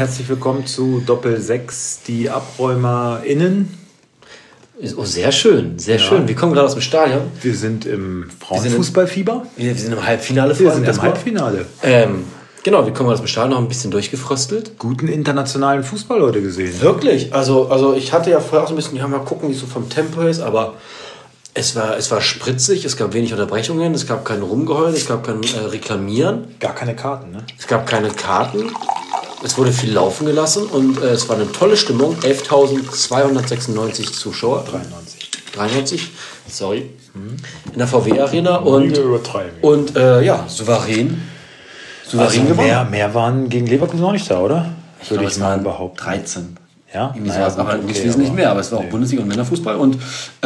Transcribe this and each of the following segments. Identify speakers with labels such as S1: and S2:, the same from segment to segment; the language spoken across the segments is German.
S1: herzlich willkommen zu Doppel 6, die AbräumerInnen.
S2: Oh, sehr schön, sehr schön. Wir kommen gerade aus dem Stadion.
S1: Wir sind im Frauenfußballfieber.
S2: Wir sind im Halbfinale.
S1: Wir sind im Halbfinale.
S2: Genau, wir kommen aus dem Stadion noch ein bisschen durchgefröstelt.
S1: Guten internationalen Fußball heute gesehen.
S2: Wirklich, also ich hatte ja vorher auch so ein bisschen, mal gucken, wie es so vom Tempo ist, aber es war spritzig, es gab wenig Unterbrechungen, es gab kein Rumgeheul, es gab kein Reklamieren.
S1: Gar keine Karten, ne?
S2: Es gab keine Karten. Es wurde viel laufen gelassen und es war eine tolle Stimmung. 11.296 Zuschauer. 93, sorry. In der VW-Arena. Und souverän.
S1: Also mehr waren gegen Leverkusen auch nicht da, oder?
S2: Würde ich mal behaupten. 13.
S1: Ja?
S2: Aber nicht mehr, aber es war auch Bundesliga und Männerfußball. Und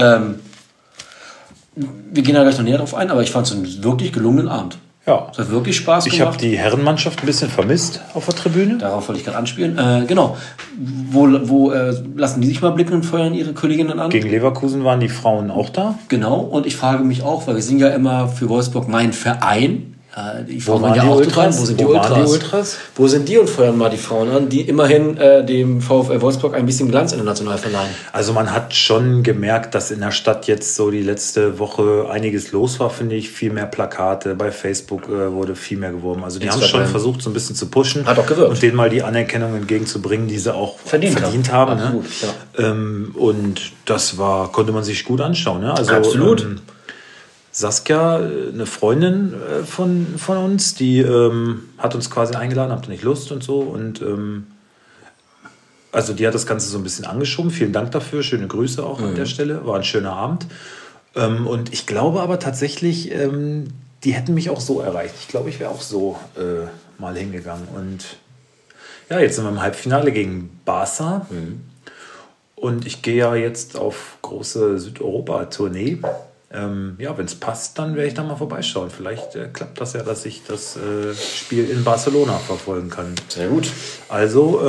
S2: wir gehen da gleich noch näher drauf ein, aber ich fand es einen wirklich gelungenen Abend.
S1: Ja.
S2: Es hat wirklich Spaß gemacht.
S1: Ich habe die Herrenmannschaft ein bisschen vermisst auf der Tribüne.
S2: Darauf wollte ich gerade anspielen. Genau. Wo lassen die sich mal blicken und feuern ihre Kolleginnen an?
S1: Gegen Leverkusen waren die Frauen auch da.
S2: Genau. Und ich frage mich auch, weil wir sind ja immer für Wolfsburg mein Verein. Die Frauen
S1: waren ja auch dran.
S2: Wo sind die Ultras? Wo sind die und feuern mal die Frauen an, die immerhin dem VfL Wolfsburg ein bisschen Glanz international verleihen?
S1: Also man hat schon gemerkt, dass in der Stadt jetzt so die letzte Woche einiges los war, finde ich. Viel mehr Plakate, bei Facebook wurde viel mehr geworben. Also die haben schon versucht, so ein bisschen zu pushen.
S2: Hat auch gewirkt.
S1: Und denen mal die Anerkennung entgegenzubringen, die sie auch verdient haben.
S2: Absolut,
S1: ne? Und das konnte man sich gut anschauen. Ne? Also,
S2: absolut.
S1: Saskia, eine Freundin von uns, die hat uns quasi eingeladen, habt ihr nicht Lust und so. Und also die hat das Ganze so ein bisschen angeschoben. Vielen Dank dafür, schöne Grüße auch an der Stelle. War ein schöner Abend. Und ich glaube aber tatsächlich, die hätten mich auch so erreicht. Ich glaube, ich wäre auch so mal hingegangen. Und ja, jetzt sind wir im Halbfinale gegen Barca. Und ich gehe ja jetzt auf große Südeuropa-Tournee. Wenn es passt, dann werde ich da mal vorbeischauen. Vielleicht klappt das ja, dass ich das Spiel in Barcelona verfolgen kann.
S2: Sehr gut.
S1: Also,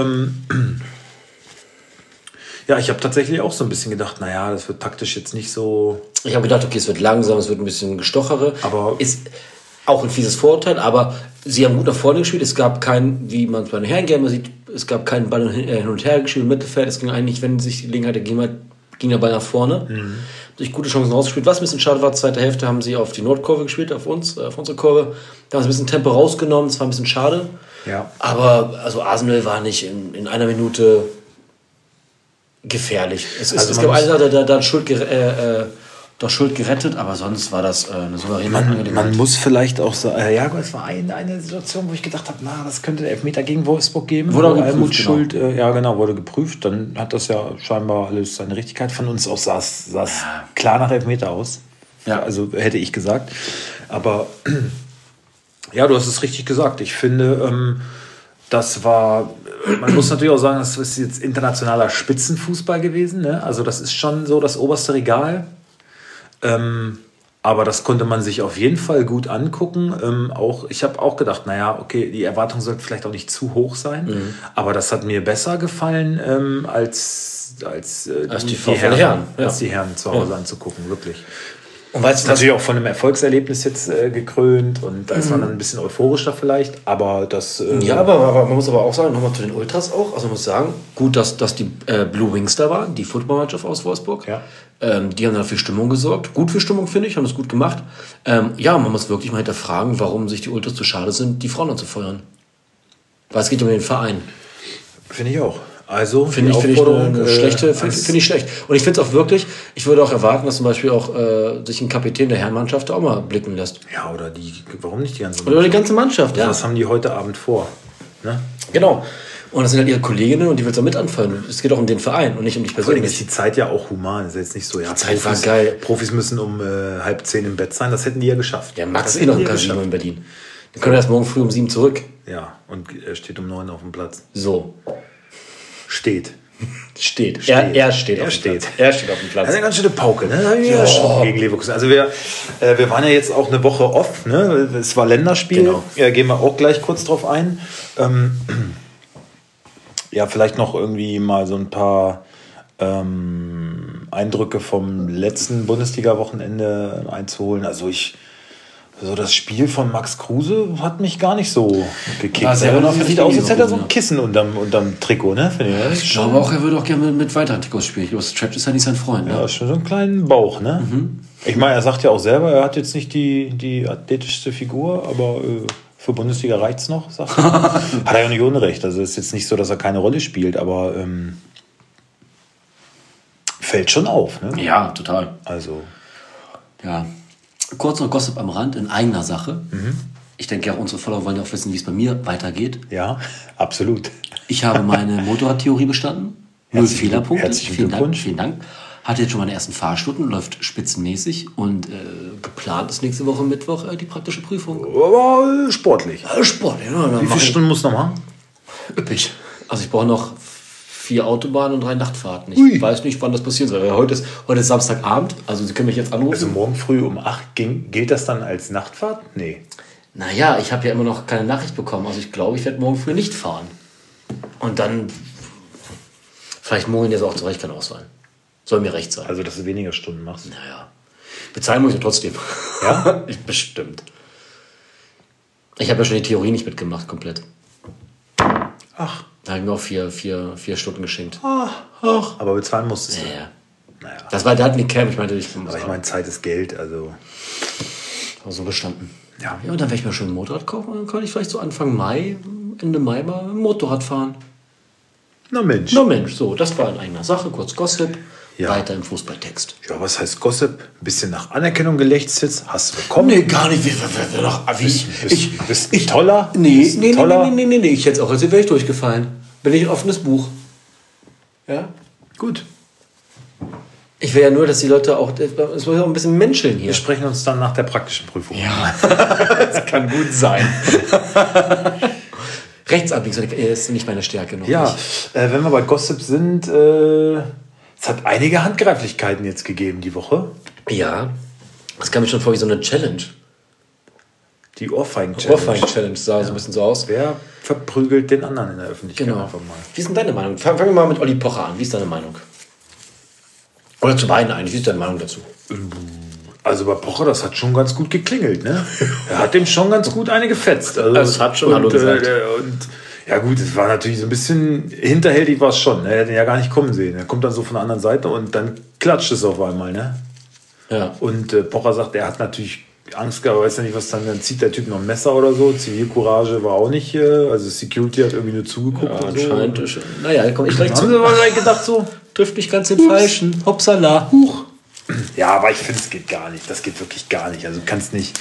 S1: ich habe tatsächlich auch so ein bisschen gedacht, das wird taktisch jetzt nicht so...
S2: Ich habe gedacht, okay, es wird langsam, es wird ein bisschen gestochere.
S1: Aber
S2: ist auch ein fieses Vorurteil, aber sie haben gut nach vorne gespielt. Es gab keinen, wie man es bei den Herren gerne sieht, es gab keinen Ball hin und her gespielt im Mittelfeld. Es ging eigentlich, wenn sich die Gelegenheit ergeben hat, ging der Ball nach vorne. Durch gute Chancen rausgespielt. Was ein bisschen schade war, zweite Hälfte haben sie auf die Nordkurve gespielt, auf unsere Kurve. Da haben sie ein bisschen Tempo rausgenommen, das war ein bisschen schade.
S1: Ja.
S2: Aber also Arsenal war nicht in einer Minute gefährlich. Es gab einen, der Schuld gerettet, aber sonst war das eine souveräne Angelegenheit.
S1: Man muss vielleicht auch sagen, es war eine Situation, wo ich gedacht habe, das könnte Elfmeter gegen Wolfsburg geben.
S2: Wurde auch geprüft,
S1: Almut Schuld, wurde geprüft. Dann hat das ja scheinbar alles seine Richtigkeit. Von uns aus saß klar nach Elfmeter aus.
S2: Ja.
S1: Also hätte ich gesagt. Aber ja, du hast es richtig gesagt. Ich finde, das war, man muss natürlich auch sagen, das ist jetzt internationaler Spitzenfußball gewesen. Ne? Also das ist schon so das oberste Regal. Aber das konnte man sich auf jeden Fall gut angucken. Ich habe auch gedacht, die Erwartung sollte vielleicht auch nicht zu hoch sein. Aber das hat mir besser gefallen, als die Herren zu Hause anzugucken, wirklich.
S2: Und weißt du,
S1: natürlich auch von einem Erfolgserlebnis jetzt gekrönt und da ist man dann ein bisschen euphorischer vielleicht, aber das...
S2: aber man muss aber auch sagen, nochmal zu den Ultras auch, also man muss sagen, gut, dass die Blue Wings da waren, die Footballmannschaft aus Wolfsburg, die haben da für Stimmung gesorgt, gut für Stimmung, finde ich, haben das gut gemacht. Man muss wirklich mal hinterfragen, warum sich die Ultras zu schade sind, die Frauen anzufeuern. Weil es geht um den Verein.
S1: Finde ich auch. Also
S2: finde ich schlecht. Und ich finde es auch wirklich, ich würde auch erwarten, dass zum Beispiel auch sich ein Kapitän der Herrenmannschaft auch mal blicken lässt.
S1: Ja, warum nicht die ganze
S2: Mannschaft? Oder die ganze Mannschaft,
S1: ja. Das haben die heute Abend vor. Ne?
S2: Genau. Und das sind halt ihre Kolleginnen und die willst du mit anfallen. Es geht auch um den Verein und nicht um dich persönlich.
S1: Ist die Zeit ja auch human. Das ist jetzt nicht so,
S2: die Zeit war geil.
S1: Profis müssen um 9:30 im Bett sein. Das hätten die ja geschafft.
S2: Ja, Max ist noch im Casino in Berlin. Dann können wir erst morgen früh um 7 zurück.
S1: Ja, und er steht um 9 auf dem Platz.
S2: So.
S1: Steht.
S2: Er steht auf dem Platz.
S1: Das ist eine ganz schöne Pauke, ne? Gegen Leverkusen. Also wir waren ja jetzt auch eine Woche off, ne? Es war Länderspiel.
S2: Genau.
S1: Gehen wir auch gleich kurz drauf ein. Vielleicht noch irgendwie mal so ein paar Eindrücke vom letzten Bundesliga-Wochenende einzuholen. Also Also das Spiel von Max Kruse hat mich gar nicht so gekickt.
S2: War sehr unauffällig
S1: Sieht aus, als hätte er so
S2: gewesen,
S1: ein Kissen unterm Trikot, ne?
S2: Ich glaube auch, er würde auch gerne mit weiteren Trikots spielen. Ich glaube, Stretch ist ja nicht sein Freund, ne?
S1: Ja, schon so einen kleinen Bauch, ne? Ich meine, er sagt ja auch selber, er hat jetzt nicht die athletischste Figur, aber für Bundesliga reicht's noch, sagt er. Hat er ja nicht unrecht. Also es ist jetzt nicht so, dass er keine Rolle spielt, aber fällt schon auf, ne?
S2: Ja, total.
S1: Also.
S2: Ja. Kurz noch Gossip am Rand in eigener Sache. Ich denke, auch unsere Follower wollen ja auch wissen, wie es bei mir weitergeht.
S1: Ja, absolut.
S2: Ich habe meine Motorradtheorie bestanden. 0 Fehlerpunkte.
S1: Herzlichen Glückwunsch.
S2: Vielen Dank. Hatte jetzt schon meine ersten Fahrstunden, läuft spitzenmäßig. Und geplant ist nächste Woche Mittwoch die praktische Prüfung.
S1: Aber sportlich.
S2: Sportlich, ja.
S1: Wie viele Stunden musst du noch machen?
S2: Üppig. Also ich brauche noch 4 Autobahnen und 3 Nachtfahrten. Ich weiß nicht, wann das passieren soll. Heute ist Samstagabend, also Sie können mich jetzt anrufen.
S1: Also morgen früh um 8 gilt das dann als Nachtfahrt? Nee.
S2: Naja, ich habe ja immer noch keine Nachricht bekommen. Also ich glaube, ich werde morgen früh nicht fahren. Und dann vielleicht morgen jetzt auch zurecht, kann auch sein. Soll mir recht sein.
S1: Also, dass du weniger Stunden machst.
S2: Naja. Bezahlen muss ich ja trotzdem.
S1: Ja?
S2: Bestimmt. Ich habe ja schon die Theorie nicht mitgemacht, komplett.
S1: Ach.
S2: Da habe ich mir auch 4 Stunden geschenkt.
S1: Ach. Aber bezahlen musstest du.
S2: Ja.
S1: Naja.
S2: Das war, da hatten die Camp, ich meinte,
S1: Aber ich meine, Zeit ist Geld, also.
S2: war so bestanden.
S1: Ja.
S2: Ja, und dann werde ich mir schon ein Motorrad kaufen und dann kann ich vielleicht so Ende Mai mal ein Motorrad fahren.
S1: Na Mensch.
S2: So, das war in eigener Sache, kurz Gossip.
S1: Ja.
S2: Weiter im Fußballtext.
S1: Ja, was heißt Gossip? Ein bisschen nach Anerkennung gelächzt jetzt. Hast du bekommen?
S2: Nee, gar nicht.
S1: Bist toller?
S2: Nee, ich hätte auch, als wäre ich durchgefallen. Bin ich ein offenes Buch. Ja?
S1: Gut.
S2: Ich will ja nur, dass die Leute auch, es muss ja auch ein bisschen menscheln hier.
S1: Wir sprechen uns dann nach der praktischen Prüfung.
S2: Ja, das kann gut sein. Rechtsabbiegen ist nicht meine Stärke noch.
S1: Ja, wenn wir bei Gossip sind, es hat einige Handgreiflichkeiten jetzt gegeben die Woche.
S2: Ja, das kam mir schon vor wie so eine Challenge.
S1: Die Ohrfeigen-Challenge.
S2: Ohrfeigen-Challenge sah so ein bisschen so aus.
S1: Wer verprügelt den anderen in der Öffentlichkeit?
S2: Genau.
S1: Einfach mal.
S2: Wie ist denn deine Meinung? Fangen wir mal mit Olli Pocher an. Wie ist deine Meinung? Oder zu beiden eigentlich. Wie ist deine Meinung dazu?
S1: Also bei Pocher, das hat schon ganz gut geklingelt, ne? Er hat dem schon ganz gut eine gefetzt. Also
S2: es hat schon Hallo gesagt.
S1: Ja gut, es war natürlich so ein bisschen hinterhältig war es schon. Ne? Er hätte ihn ja gar nicht kommen sehen. Er kommt dann so von der anderen Seite und dann klatscht es auf einmal, ne?
S2: Ja.
S1: Und Pocher sagt, er hat natürlich Angst gehabt, weiß ja nicht, was dann zieht der Typ noch ein Messer oder so. Zivilcourage war auch nicht, also Security hat irgendwie nur zugeguckt.
S2: Ja,
S1: und so.
S2: anscheinend. Naja, da komme ich gleich zu.
S1: Haben sie wahrscheinlich gedacht so,
S2: Trifft mich ganz den Falschen. Hopsala.
S1: Huch. Ja, aber ich finde, es geht gar nicht. Das geht wirklich gar nicht. Also du kannst nicht.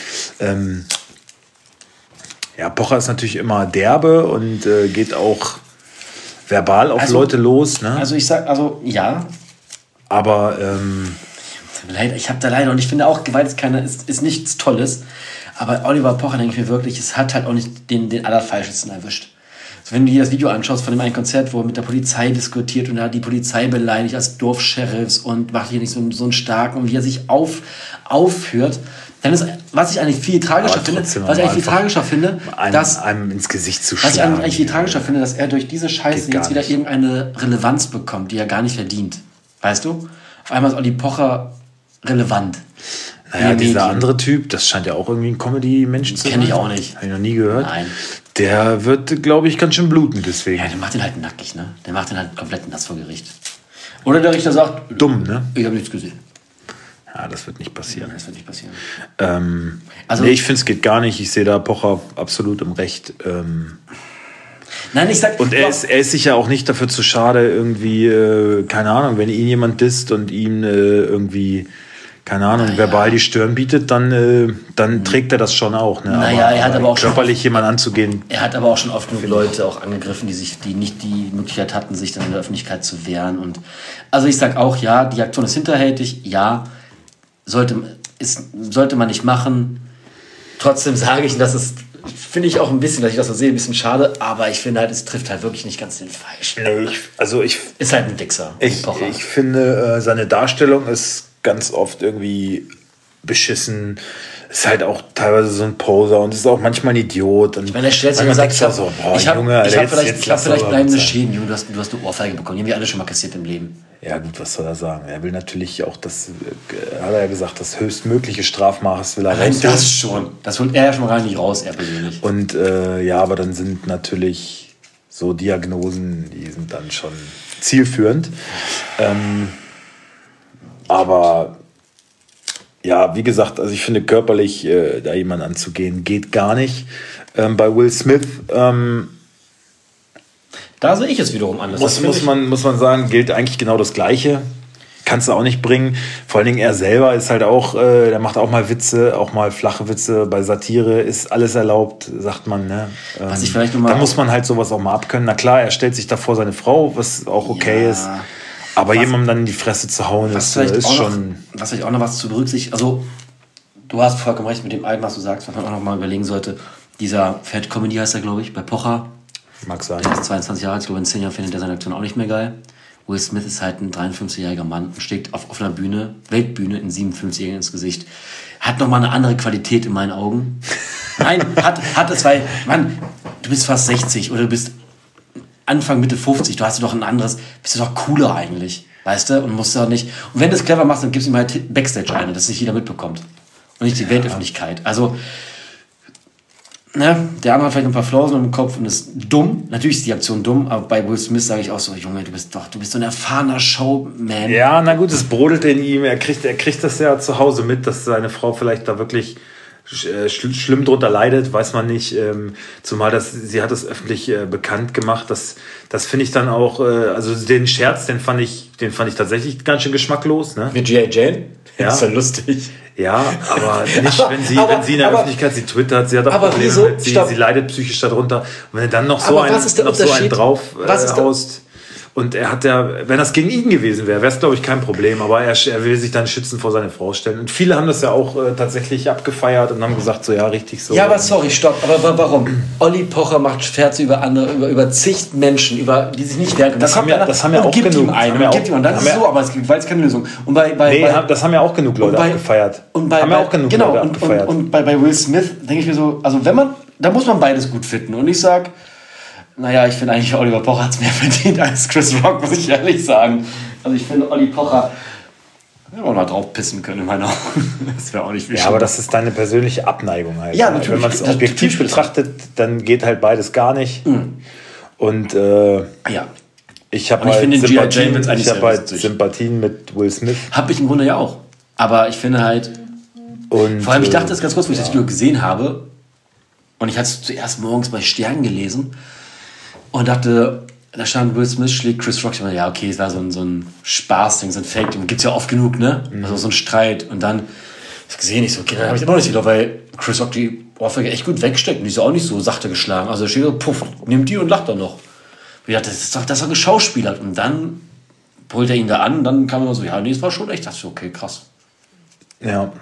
S1: Ja, Pocher ist natürlich immer derbe und geht auch verbal auf Leute los. Ne?
S2: Also ich sag, ja.
S1: Aber
S2: Ich habe da leider, und ich finde auch, Gewalt ist nichts Tolles. Aber Oliver Pocher, denke ich mir wirklich, es hat halt auch nicht den Allerfalschesten erwischt. Also wenn du dir das Video anschaust von dem einen Konzert, wo er mit der Polizei diskutiert und er hat die Polizei beleidigt als Dorfsheriffs und macht hier nicht so einen starken und wie er sich aufführt, dann ist, was ich eigentlich viel tragischer finde,
S1: einem ins Gesicht zu schlagen.
S2: Was ich eigentlich viel tragischer finde, dass er durch diese Scheiße jetzt wieder irgendeine Relevanz bekommt, die er gar nicht verdient. Weißt du? Auf einmal ist Olli Pocher relevant.
S1: Naja, dieser andere Typ, das scheint ja auch irgendwie ein Comedy-Mensch zu sein.
S2: Kenne ich auch nicht.
S1: Habe ich noch nie gehört.
S2: Nein.
S1: Der wird, glaube ich, ganz schön bluten deswegen.
S2: Ja, der macht den halt nackig, ne? Der macht den halt komplett nass vor Gericht. Oder der Richter sagt...
S1: Dumm, ne?
S2: Ich habe nichts gesehen.
S1: Ja, das wird nicht passieren.
S2: Das wird nicht passieren.
S1: Nee, ich finde, es geht gar nicht. Ich sehe da Pocher absolut im Recht.
S2: Nein, ich sag...
S1: Und er ist sich ja auch nicht dafür zu schade, irgendwie, keine Ahnung, wenn ihn jemand disst und ihm irgendwie... keine Ahnung, verbal die Stirn bietet, dann trägt er das schon auch. Ne?
S2: Er hat aber auch
S1: körperlich jemanden anzugehen.
S2: Er hat aber auch schon oft genug Leute auch angegriffen, die nicht die Möglichkeit hatten, sich dann in der Öffentlichkeit zu wehren. Und also ich sag auch, ja, die Aktion ist hinterhältig, ja, sollte man nicht machen. Trotzdem sage ich, das ist, finde ich auch ein bisschen, dass ich das so sehe, ein bisschen schade, aber ich finde halt, es trifft halt wirklich nicht ganz den Falschen.
S1: Nee,
S2: ist halt ein Dickser.
S1: Ich finde, seine Darstellung ist ganz oft irgendwie beschissen. ist halt auch teilweise so ein Poser und ist auch manchmal ein Idiot. Und
S2: ich meine, der stellt sich und sagt, ich habe vielleicht bleibende Schäden. Junge, du hast eine Ohrfeige bekommen. Die haben wir alle schon mal kassiert im Leben.
S1: Ja gut, was soll er sagen? Er will natürlich auch das, hat er ja gesagt, das höchstmögliche Strafmaß will er
S2: rausholen. Nein, das schon. Das holt er ja schon mal gar nicht raus, er persönlich.
S1: Und ja, aber dann sind natürlich so Diagnosen, die sind dann schon zielführend. Aber ja, wie gesagt, also ich finde körperlich da jemanden anzugehen, geht gar nicht. Bei Will Smith
S2: da sehe ich es wiederum anders.
S1: Muss man sagen, gilt eigentlich genau das Gleiche. Kannst du auch nicht bringen. Vor allen Dingen er selber ist halt auch, der macht auch mal Witze, auch mal flache Witze. Bei Satire ist alles erlaubt, sagt man. Ne?
S2: Was ich vielleicht noch mal
S1: da muss man halt sowas auch mal abkönnen. Na klar, er stellt sich da vor seine Frau, was auch okay ist. Aber jemandem dann in die Fresse zu hauen, ist schon...
S2: Was vielleicht auch noch was zu berücksichtigen... Also, du hast vollkommen recht mit dem einen, was du sagst, was man auch noch mal überlegen sollte. Dieser Fat Comedy heißt er, glaube ich, bei Pocher.
S1: Mag sein.
S2: Der ist 22 Jahre alt, ich glaube, in 10 Jahren findet er seine Aktion auch nicht mehr geil. Will Smith ist halt ein 53-jähriger Mann und steht auf einer Bühne, Weltbühne, in 57-Jährigen ins Gesicht. Hat nochmal eine andere Qualität in meinen Augen. Nein, hat es, weil, Mann, du bist fast 60 oder du bist Anfang, Mitte 50, du hast doch ein anderes, bist du doch cooler eigentlich, weißt du, und musst doch nicht, und wenn du es clever machst, dann gibst du ihm halt Backstage eine, dass nicht jeder mitbekommt und nicht die Weltöffentlichkeit, also, ne, der andere hat vielleicht ein paar Flausen im Kopf und ist dumm, natürlich ist die Aktion dumm, aber bei Will Smith sage ich auch so, Junge, du bist so ein erfahrener Showman.
S1: Ja, na gut, es brodelt in ihm, er kriegt das ja zu Hause mit, dass seine Frau vielleicht da wirklich schlimm drunter leidet, weiß man nicht. Zumal sie hat das öffentlich bekannt gemacht. Das finde ich dann auch, also den Scherz, den fand ich tatsächlich ganz schön geschmacklos. Ne?
S2: Mit G.I. Jane?
S1: Ja.
S2: Das ist ja lustig.
S1: Ja, aber nicht, wenn sie in der Öffentlichkeit, sie twittert, sie hat auch Probleme mit, sie leidet psychisch darunter. Und wenn du dann noch so einen drauf haust. Und er hat ja, wenn das gegen ihn gewesen wäre, wäre es, glaube ich, kein Problem. Aber er will sich dann schützen vor seine Frau stellen. Und viele haben das ja auch tatsächlich abgefeiert und haben gesagt, so ja, richtig so.
S2: Ja, aber sorry, stopp. Aber warum? Olli Pocher macht Scherze über andere, über zig Menschen, die sich nicht wehren können.
S1: Das haben ja auch
S2: gibt
S1: genug.
S2: Ihm einen, und gibt ihm einen. Das ist so, aber es gibt keine Lösung. Und
S1: das haben ja auch genug Leute abgefeiert.
S2: Und bei Will Smith denke ich mir so, also da muss man beides gut finden. Und ich sag, naja, ich finde eigentlich, Oliver Pocher hat es mehr verdient als Chris Rock, muss ich ehrlich sagen. Also ich finde, Olli Pocher hätte auch noch drauf pissen können in meinen Augen. Das wäre auch nicht viel.
S1: Ja, aber das ist deine persönliche Abneigung halt.
S2: Ja, natürlich.
S1: Wenn man es objektiv betrachtet, dann geht halt beides gar nicht. Mhm. Und
S2: ja.
S1: Ich habe halt Sympathien mit Will Smith.
S2: Habe ich im Grunde ja auch. Aber ich finde halt... Und, vor allem, ich dachte das ganz kurz, wo ich das Video gesehen habe, und ich hatte es zuerst morgens bei Stern gelesen, und dachte, da stand Will Smith schlägt Chris Rock. Ich dachte, ja, okay, es war so ein Spaßding, so ein Fake-Ding. Gibt's ja oft genug, ne? Mhm. Also so ein Streit. Und dann ich gesehen, ich so, okay, dann habe ich aber auch nicht geglaubt, weil Chris Rock die Ohrfeige echt gut wegsteckt. Und die ist auch nicht so sachte geschlagen. Also er steht so, puff, nimmt die und lacht dann noch. Und ich dachte, das ist doch geschauspielert. Und dann holt er ihn da an und dann kam er so, ja, nee, es war schon echt. Ich dachte, okay, krass.
S1: Ja.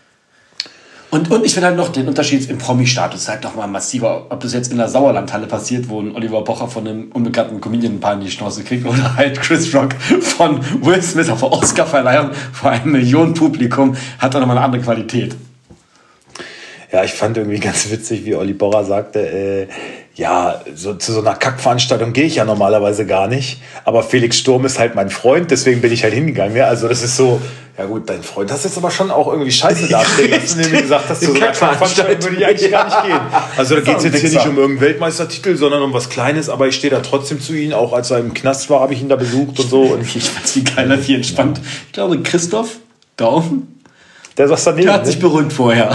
S2: Und ich finde halt noch den Unterschied im Promi-Status halt noch mal massiver, ob das jetzt in der Sauerlandhalle passiert, wo ein Oliver Pocher von einem unbekannten Comedian ein paar in die Schnauze kriegt, oder halt Chris Rock von Will Smith auf der Oscar-Verleihung vor einem Millionenpublikum, hat dann nochmal eine andere Qualität.
S1: Ja, ich fand irgendwie ganz witzig, wie Olli Pocher sagte, ja, so zu so einer Kackveranstaltung gehe ich ja normalerweise gar nicht, aber Felix Sturm ist halt mein Freund, deswegen bin ich halt hingegangen. Ja, also das ist so, ja gut, dein Freund, das ist jetzt aber schon auch irgendwie scheiße dastehen, dass du nämlich gesagt hast, zu so einer Kackveranstaltung würde ich eigentlich gar nicht gehen. Also da geht es jetzt hier nicht um irgendeinen Weltmeistertitel, sondern um was Kleines, aber ich stehe da trotzdem zu ihm, auch als er im Knast war, habe ich ihn da besucht und so. Und
S2: ich weiß, wie geil er, wie entspannt. Ich glaube, Christoph Daum,
S1: der saß daneben.
S2: Der hat sich beruhigt vorher.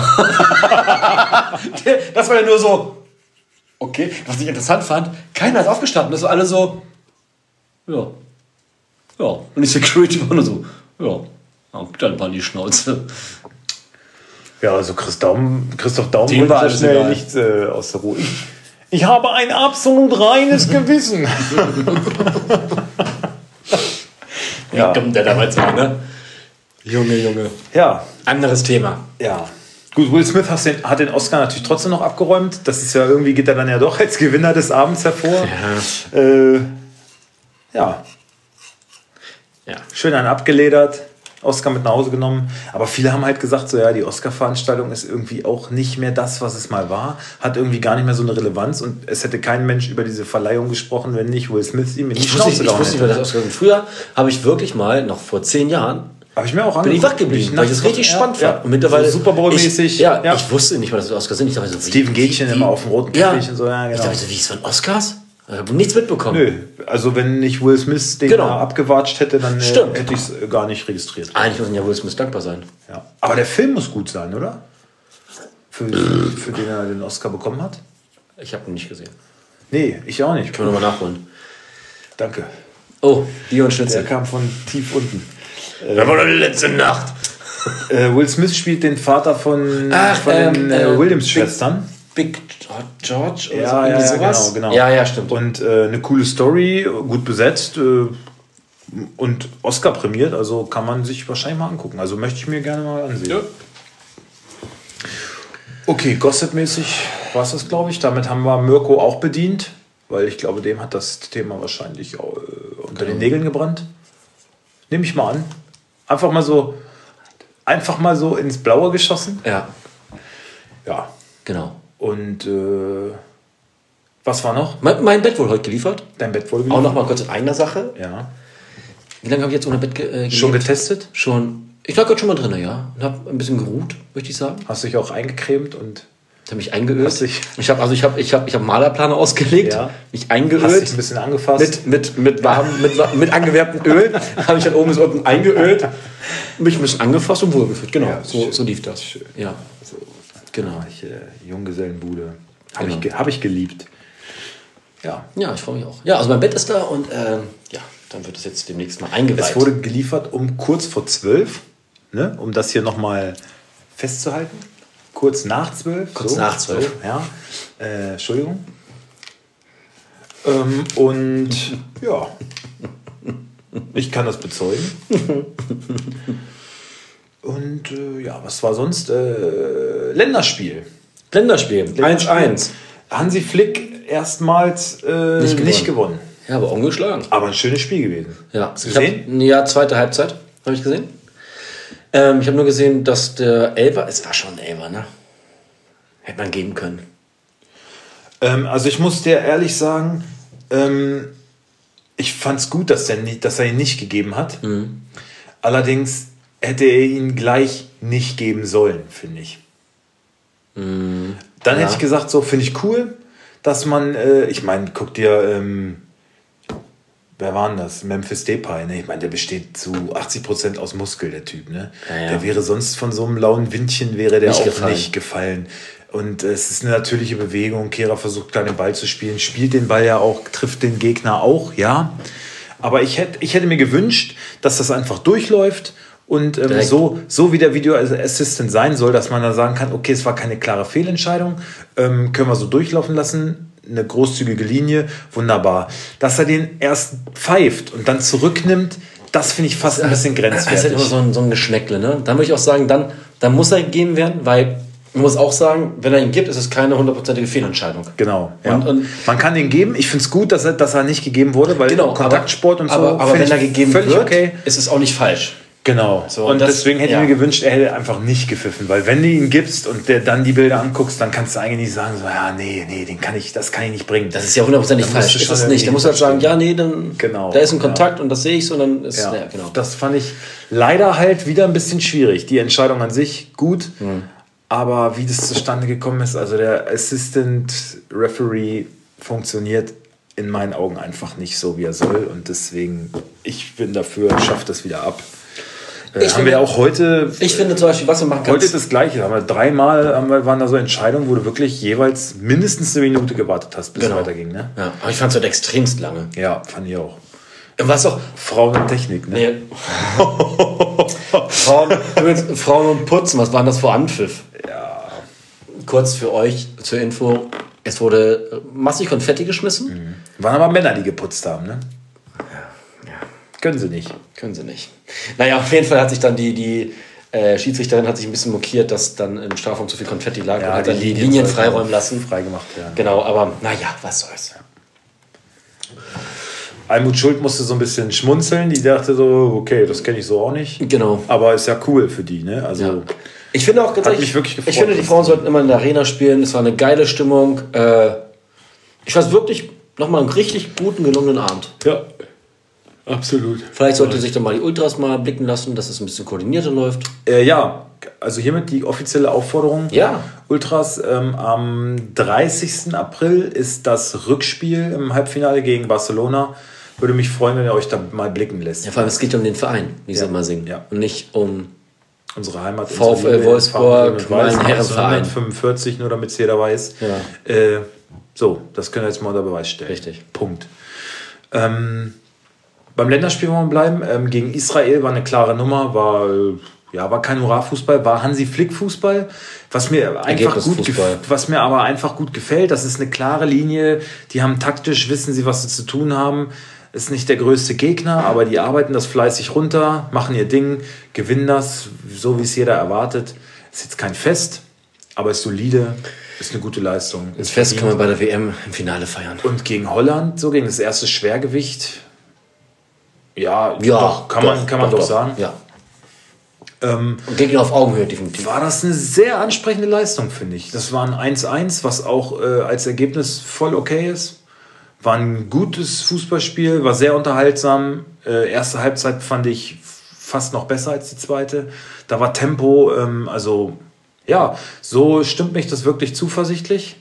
S2: Das war ja nur so, okay, was ich interessant fand, keiner ist aufgestanden. Das war alle so, ja. Und die Security war nur so, ja, dann war die Schnauze.
S1: Ja, also Christoph Daum wollte so schnell nicht aus der Ruhe. Ich habe ein absolut reines Gewissen.
S2: Ja, kommt der damals an, ne? Junge.
S1: Ja.
S2: Anderes Thema.
S1: Ja. Gut, Will Smith hat den Oscar natürlich trotzdem noch abgeräumt. Das ist ja irgendwie, geht er dann ja doch als Gewinner des Abends hervor.
S2: Ja.
S1: Ja. Schön einen abgeledert. Oscar mit nach Hause genommen. Aber viele haben halt gesagt, so ja, die Oscar-Veranstaltung ist irgendwie auch nicht mehr das, was es mal war. Hat irgendwie gar nicht mehr so eine Relevanz. Und es hätte kein Mensch über diese Verleihung gesprochen, wenn nicht Will Smith ihm in die Schnauze gehauen hätte.
S2: Ich wusste nicht, was das Früher habe ich wirklich mal, noch vor 10 Jahren,
S1: habe ich mir auch
S2: bin ich wach geblieben, weil ich das richtig spannend fand.
S1: Ja. Und mittlerweile so Super Bowl-mäßig.
S2: Ich wusste nicht, was das Oscars sind. Ich dachte so,
S1: Steven Gätchen immer auf dem roten Teppich und so. Ja, genau.
S2: Ich dachte so, wie ist das von Oscars? Ich habe nichts mitbekommen.
S1: Nö, also wenn nicht Will Smith den da abgewatscht hätte, dann hätte ich es gar nicht registriert.
S2: Eigentlich muss ja Will Smith dankbar sein.
S1: Ja. Aber der Film muss gut sein, oder? Für den er den Oscar bekommen hat?
S2: Ich habe ihn nicht gesehen.
S1: Nee, ich auch nicht.
S2: Können wir nochmal nachholen.
S1: Danke.
S2: Oh, Dion Schnitzel.
S1: Der kam von tief unten.
S2: Das war doch die letzte Nacht.
S1: Will Smith spielt den Vater von den Williams-Schwestern.
S2: Big George oder
S1: ja,
S2: irgendwie sowas?
S1: Genau.
S2: Ja, stimmt.
S1: Und eine coole Story, gut besetzt und Oscar prämiert, also kann man sich wahrscheinlich mal angucken. Also möchte ich mir gerne mal ansehen. Ja. Okay, Gossip-mäßig war es das, glaube ich. Damit haben wir Mirko auch bedient, weil ich glaube, dem hat das Thema wahrscheinlich unter den Nägeln gebrannt. Nehme ich mal an. Einfach mal so ins Blaue geschossen.
S2: Ja.
S1: Ja.
S2: Genau.
S1: Und was war noch?
S2: Mein Bett wurde heute geliefert.
S1: Dein Bett wurde geliefert?
S2: Auch noch mal kurz in eigener Sache.
S1: Ja.
S2: Wie lange habe ich jetzt ohne Bett gelebt?
S1: Schon getestet?
S2: Schon. Ich lag heute schon mal drin, ja. Und habe ein bisschen geruht, möchte ich sagen.
S1: Hast du dich auch eingecremt und...
S2: Ich habe mich eingeölt. Ich habe Malerplaner ausgelegt, mich eingeölt.
S1: Hast dich ein bisschen angefasst?
S2: Mit angewärmtem Öl habe ich dann oben bis unten eingeölt, mich ein bisschen angefasst und wohlgefühlt. Genau,
S1: ja,
S2: so lief das.
S1: Schön.
S2: Ja,
S1: so,
S2: genau.
S1: Junggesellenbude. Hab ich geliebt. Ja.
S2: Ja, ich freue mich auch. Ja, also mein Bett ist da und dann wird es jetzt demnächst mal eingeweiht.
S1: Es wurde geliefert um kurz vor 12, ne? Um das hier nochmal festzuhalten. Kurz nach 12.
S2: Kurz nach 12.
S1: So, ja. Entschuldigung. Und ja, ich kann das bezeugen. Und was war sonst? Länderspiel.
S2: 1-1.
S1: Hansi Flick erstmals nicht gewonnen.
S2: Ja, aber ungeschlagen.
S1: Aber ein schönes Spiel gewesen.
S2: Ja.
S1: Hast du gesehen?
S2: Zweite Halbzeit habe ich gesehen. Ich habe nur gesehen, dass der Elfer, es war schon ein Elfer, ne? Hätte man geben können.
S1: Also ich muss dir ehrlich sagen, ich fand es gut, dass er ihn nicht gegeben hat. Mhm. Allerdings hätte er ihn gleich nicht geben sollen, finde ich. Mhm. Dann hätte ich gesagt, so finde ich cool, dass man, ich meine, guck dir, wer war denn das? Memphis Depay, ne? Ich meine, der besteht zu 80% aus Muskel, der Typ, ne? Ja. Der wäre sonst von so einem lauen Windchen nicht gefallen. Und es ist eine natürliche Bewegung. Kehrer versucht klar den Ball zu spielen, spielt den Ball ja auch, trifft den Gegner auch, ja. Aber ich hätte mir gewünscht, dass das einfach durchläuft und so wie der Video Assistant sein soll, dass man da sagen kann, okay, es war keine klare Fehlentscheidung, können wir so durchlaufen lassen, eine großzügige Linie, wunderbar. Dass er den erst pfeift und dann zurücknimmt, das finde ich fast ein bisschen grenzwertig.
S2: Das ist halt immer so ein Geschmäckle, ne? Dann würde ich auch sagen, dann muss er gegeben werden, weil man muss auch sagen, wenn er ihn gibt, ist es keine 100%ige Fehlentscheidung.
S1: Genau. Ja. Und man kann ihn geben. Ich finde es gut, dass er nicht gegeben wurde, weil Kontaktsport und so.
S2: Aber wenn er gegeben wird,
S1: okay,
S2: ist es auch nicht falsch.
S1: Genau. So, und deswegen hätte ich mir gewünscht, er hätte einfach nicht gepfiffen. Weil wenn du ihn gibst und dann die Bilder anguckst, dann kannst du eigentlich nicht sagen, so, ja, nee, das kann ich nicht bringen.
S2: Das ist ja 100% falsch. Ist es nicht. Da muss halt sagen, ja, nee, dann da ist ein Kontakt und das sehe ich so. Und dann ist genau.
S1: Das fand ich leider halt wieder ein bisschen schwierig. Die Entscheidung an sich gut. Aber wie das zustande gekommen ist, also der Assistant Referee funktioniert in meinen Augen einfach nicht so, wie er soll. Und deswegen, ich bin dafür, schafft das wieder ab. Haben wir auch heute...
S2: Ich finde zum Beispiel, was wir machen können...
S1: Heute das Gleiche. Waren da so Entscheidungen, wo du wirklich jeweils mindestens eine Minute gewartet hast, bis es weiterging. Ne?
S2: Ja, aber ich fand es halt extremst lange.
S1: Ja, fand ich auch.
S2: Was auch...
S1: Frauen und Technik, ne?
S2: Nee. Frauen und Putzen, was war denn das vor Anpfiff?
S1: Ja.
S2: Kurz für euch zur Info, es wurde massig Konfetti geschmissen.
S1: Mhm. Waren aber Männer, die geputzt haben, ne?
S2: Ja.
S1: Können sie nicht.
S2: Naja, auf jeden Fall hat sich dann die Schiedsrichterin hat sich ein bisschen mokiert, dass dann im Strafraum zu viel Konfetti lag und hat dann die Linien freiräumen lassen.
S1: Freigemacht, ja.
S2: Genau, aber naja, was soll's.
S1: Almut Schuld musste so ein bisschen schmunzeln. Die dachte so, okay, das kenne ich so auch nicht.
S2: Genau.
S1: Aber ist ja cool für die, ne? Also
S2: ja. Ich finde auch ganz
S1: hat mich wirklich gefreut.
S2: Ich finde, die Frauen sollten immer in der Arena spielen. Es war eine geile Stimmung. Ich fand wirklich nochmal einen richtig guten, gelungenen Abend.
S1: Ja, absolut.
S2: Vielleicht sollte sich dann mal die Ultras mal blicken lassen, dass es ein bisschen koordinierter läuft.
S1: Ja, also hiermit die offizielle Aufforderung.
S2: Ja.
S1: Ultras, am 30. April ist das Rückspiel im Halbfinale gegen Barcelona. Würde mich freuen, wenn ihr euch da mal blicken lässt.
S2: Ja, vor allem, es geht ja um den Verein, wie sie immer singen.
S1: Ja.
S2: Und nicht um
S1: unsere Heimat.
S2: VfL Wolfsburg, mein Herrenverein.
S1: 1945, nur damit es jeder weiß.
S2: Ja.
S1: So, das können wir jetzt mal unter Beweis stellen.
S2: Richtig.
S1: Punkt. Beim Länderspiel wollen wir bleiben. Gegen Israel war eine klare Nummer, war kein Hurra-Fußball, war Hansi Flick-Fußball, was mir aber einfach gut gefällt. Das ist eine klare Linie. Die haben taktisch, wissen sie, was sie zu tun haben. Ist nicht der größte Gegner, aber die arbeiten das fleißig runter, machen ihr Ding, gewinnen das, so wie es jeder erwartet. Ist jetzt kein Fest, aber ist solide, ist eine gute Leistung.
S2: Das Fest kann man bei der WM im Finale feiern.
S1: Und gegen Holland, so gegen das erste Schwergewicht, kann man doch sagen.
S2: Ja. Und Gegner auf Augenhöhe definitiv.
S1: War das eine sehr ansprechende Leistung, finde ich. Das war ein 1-1, was auch als Ergebnis voll okay ist. War ein gutes Fußballspiel, war sehr unterhaltsam. Erste Halbzeit fand ich fast noch besser als die zweite. Da war Tempo, so stimmt mich das wirklich zuversichtlich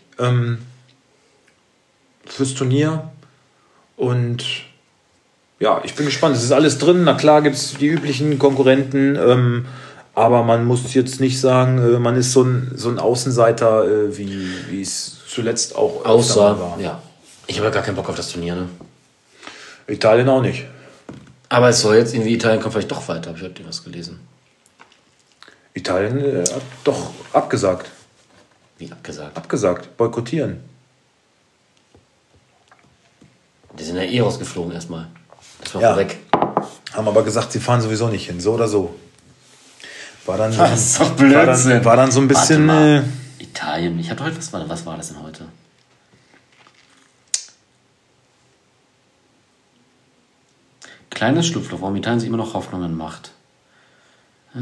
S1: fürs Turnier. Und ja, ich bin gespannt. Es ist alles drin. Na klar gibt es die üblichen Konkurrenten, aber man muss jetzt nicht sagen, man ist so ein Außenseiter, wie es zuletzt auch
S2: aussah. War. Ja. Ich habe ja gar keinen Bock auf das Turnier, ne?
S1: Italien auch nicht.
S2: Aber es soll jetzt irgendwie, Italien kommt vielleicht doch weiter, habe ich heute was gelesen.
S1: Italien hat doch abgesagt.
S2: Wie abgesagt?
S1: Abgesagt, boykottieren.
S2: Die sind ja rausgeflogen erstmal. Das war weg.
S1: Haben aber gesagt, sie fahren sowieso nicht hin, so oder so. War dann,
S2: das ist doch Blödsinn.
S1: War dann so ein bisschen...
S2: Italien, ich habe heute, was war das denn heute? Kleines Schlupfloch, warum Italien sich immer noch Hoffnungen macht.
S1: Ich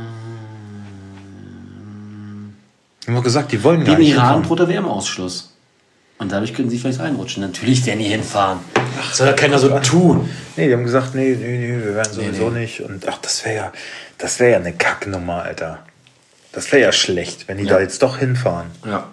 S1: habe gesagt, die wollen gar
S2: nicht.
S1: Wie im
S2: Iran droht der WM-Ausschluss. Und dadurch können sie vielleicht reinrutschen. Natürlich werden die hinfahren. Soll ja keiner so tun.
S1: Nee, die haben gesagt, nee, wir werden sowieso nicht. Und das wäre ja eine Kacknummer, Alter. Das wäre ja schlecht, wenn die da jetzt doch hinfahren.
S2: Ja.